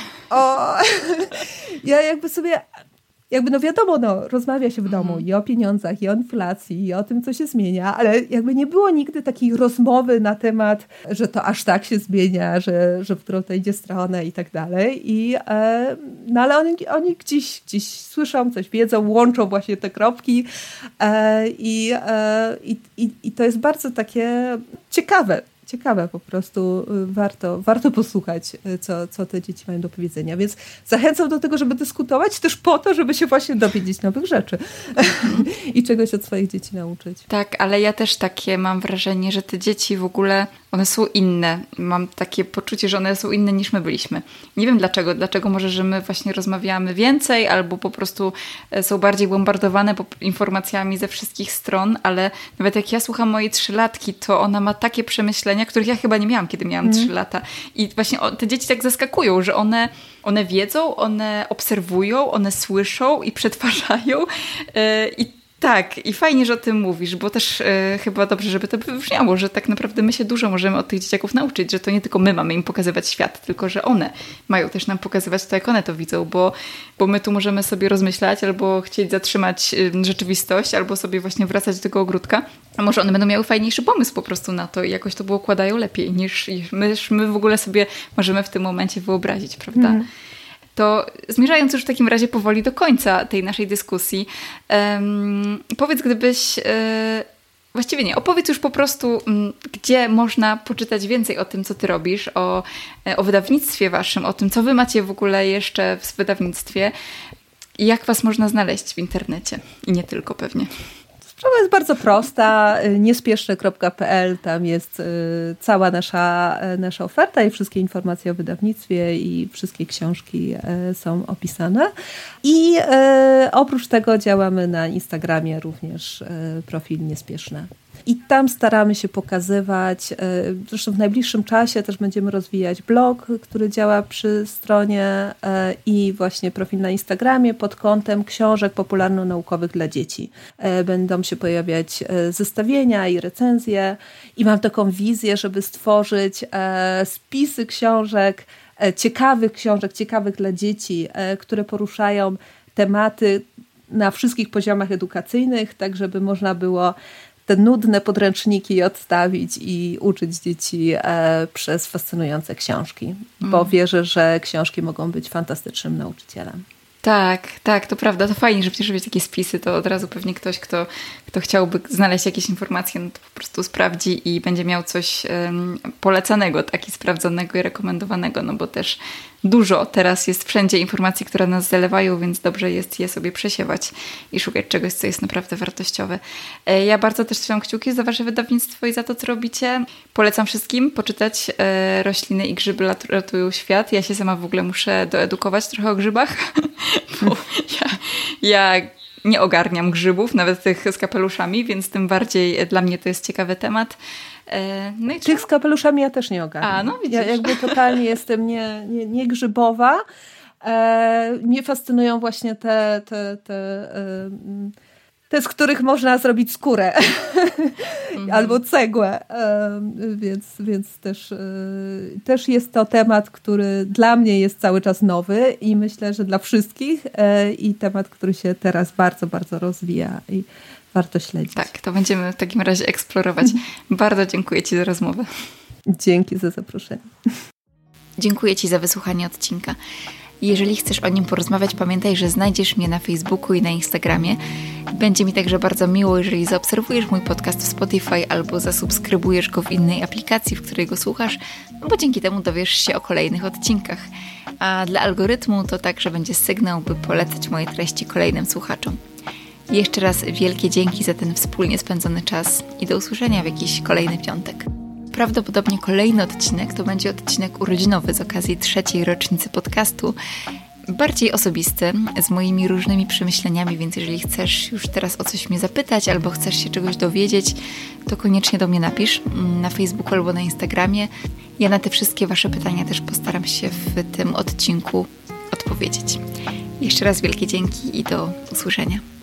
ja jakby sobie... no wiadomo, rozmawia się w domu i o pieniądzach, i o inflacji, i o tym, co się zmienia, ale jakby nie było nigdy takiej rozmowy na temat, że to aż tak się zmienia, że w którą to idzie stronę i tak dalej. No ale oni gdzieś słyszą, coś wiedzą, łączą właśnie te kropki i to jest bardzo takie ciekawe. ciekawe, po prostu warto posłuchać, co te dzieci mają do powiedzenia. Więc zachęcam do tego, żeby dyskutować też po to, żeby się właśnie dowiedzieć nowych rzeczy i czegoś od swoich dzieci nauczyć. Tak, ale ja też takie mam wrażenie, że te dzieci w ogóle, one są inne. Mam takie poczucie, że one są inne niż my byliśmy. Nie wiem dlaczego. Dlaczego może, że my właśnie rozmawiamy więcej albo po prostu są bardziej bombardowane informacjami ze wszystkich stron, ale nawet jak ja słucham mojej 3-latki, to ona ma takie przemyślenia, których ja chyba nie miałam, kiedy miałam 3 lata. I właśnie te dzieci tak zaskakują, że one wiedzą, one obserwują, one słyszą i przetwarzają i tak, i fajnie, że o tym mówisz, bo też chyba dobrze, żeby to wybrzmiało, że tak naprawdę my się dużo możemy od tych dzieciaków nauczyć, że to nie tylko my mamy im pokazywać świat, tylko że one mają też nam pokazywać to, jak one to widzą, bo my tu możemy sobie rozmyślać albo chcieć zatrzymać rzeczywistość, albo sobie właśnie wracać do tego ogródka, a może one będą miały fajniejszy pomysł po prostu na to i jakoś to układają lepiej niż my w ogóle sobie możemy w tym momencie wyobrazić, prawda? To zmierzając już w takim razie powoli do końca tej naszej dyskusji, powiedz, gdybyś... Właściwie nie, opowiedz już po prostu, gdzie można poczytać więcej o tym, co ty robisz, o wydawnictwie waszym, o tym, co wy macie w ogóle jeszcze w wydawnictwie i jak was można znaleźć w internecie i nie tylko pewnie. Sprawa jest bardzo prosta, niespieszne.pl, tam jest cała nasza oferta i wszystkie informacje o wydawnictwie i wszystkie książki są opisane. I oprócz tego działamy na Instagramie również profil Niespieszne. I tam staramy się pokazywać, zresztą w najbliższym czasie też będziemy rozwijać blog, który działa przy stronie i właśnie profil na Instagramie pod kątem książek popularno-naukowych dla dzieci. Będą się pojawiać zestawienia i recenzje i mam taką wizję, żeby stworzyć spisy książek, ciekawych dla dzieci, które poruszają tematy na wszystkich poziomach edukacyjnych, tak żeby można było te nudne podręczniki odstawić i uczyć dzieci przez fascynujące książki, bo wierzę, że książki mogą być fantastycznym nauczycielem. Tak, to prawda. To fajnie, że przecież robić takie spisy, to od razu pewnie ktoś, kto chciałby znaleźć jakieś informacje, no to po prostu sprawdzi i będzie miał coś polecanego, tak, i sprawdzonego i rekomendowanego, no bo też dużo teraz jest wszędzie informacji, które nas zalewają, więc dobrze jest je sobie przesiewać i szukać czegoś, co jest naprawdę wartościowe. Ja bardzo też trzymam kciuki za wasze wydawnictwo i za to, co robicie. Polecam wszystkim poczytać Rośliny i grzyby ratują świat. Ja się sama w ogóle muszę doedukować trochę o grzybach, bo ja nie ogarniam grzybów, nawet tych z kapeluszami, więc tym bardziej dla mnie to jest ciekawy temat. No i tych z kapeluszami ja też nie ogarniam. No widzisz. Ja jakby totalnie jestem nie grzybowa. Mnie fascynują właśnie te, z których można zrobić skórę albo cegłę. Więc też jest to temat, który dla mnie jest cały czas nowy i myślę, że dla wszystkich i temat, który się teraz bardzo, bardzo rozwija i warto śledzić. Tak, to będziemy w takim razie eksplorować. Bardzo dziękuję ci za rozmowę. Dzięki za zaproszenie. Dziękuję ci za wysłuchanie odcinka. Jeżeli chcesz o nim porozmawiać, pamiętaj, że znajdziesz mnie na Facebooku i na Instagramie. Będzie mi także bardzo miło, jeżeli zaobserwujesz mój podcast w Spotify albo zasubskrybujesz go w innej aplikacji, w której go słuchasz, bo dzięki temu dowiesz się o kolejnych odcinkach. A dla algorytmu to także będzie sygnał, by polecać moje treści kolejnym słuchaczom. Jeszcze raz wielkie dzięki za ten wspólnie spędzony czas i do usłyszenia w jakiś kolejny piątek. Prawdopodobnie kolejny odcinek to będzie odcinek urodzinowy z okazji 3. rocznicy podcastu. Bardziej osobisty, z moimi różnymi przemyśleniami, więc jeżeli chcesz już teraz o coś mnie zapytać albo chcesz się czegoś dowiedzieć, to koniecznie do mnie napisz na Facebooku albo na Instagramie. Ja na te wszystkie wasze pytania też postaram się w tym odcinku odpowiedzieć. Jeszcze raz wielkie dzięki i do usłyszenia.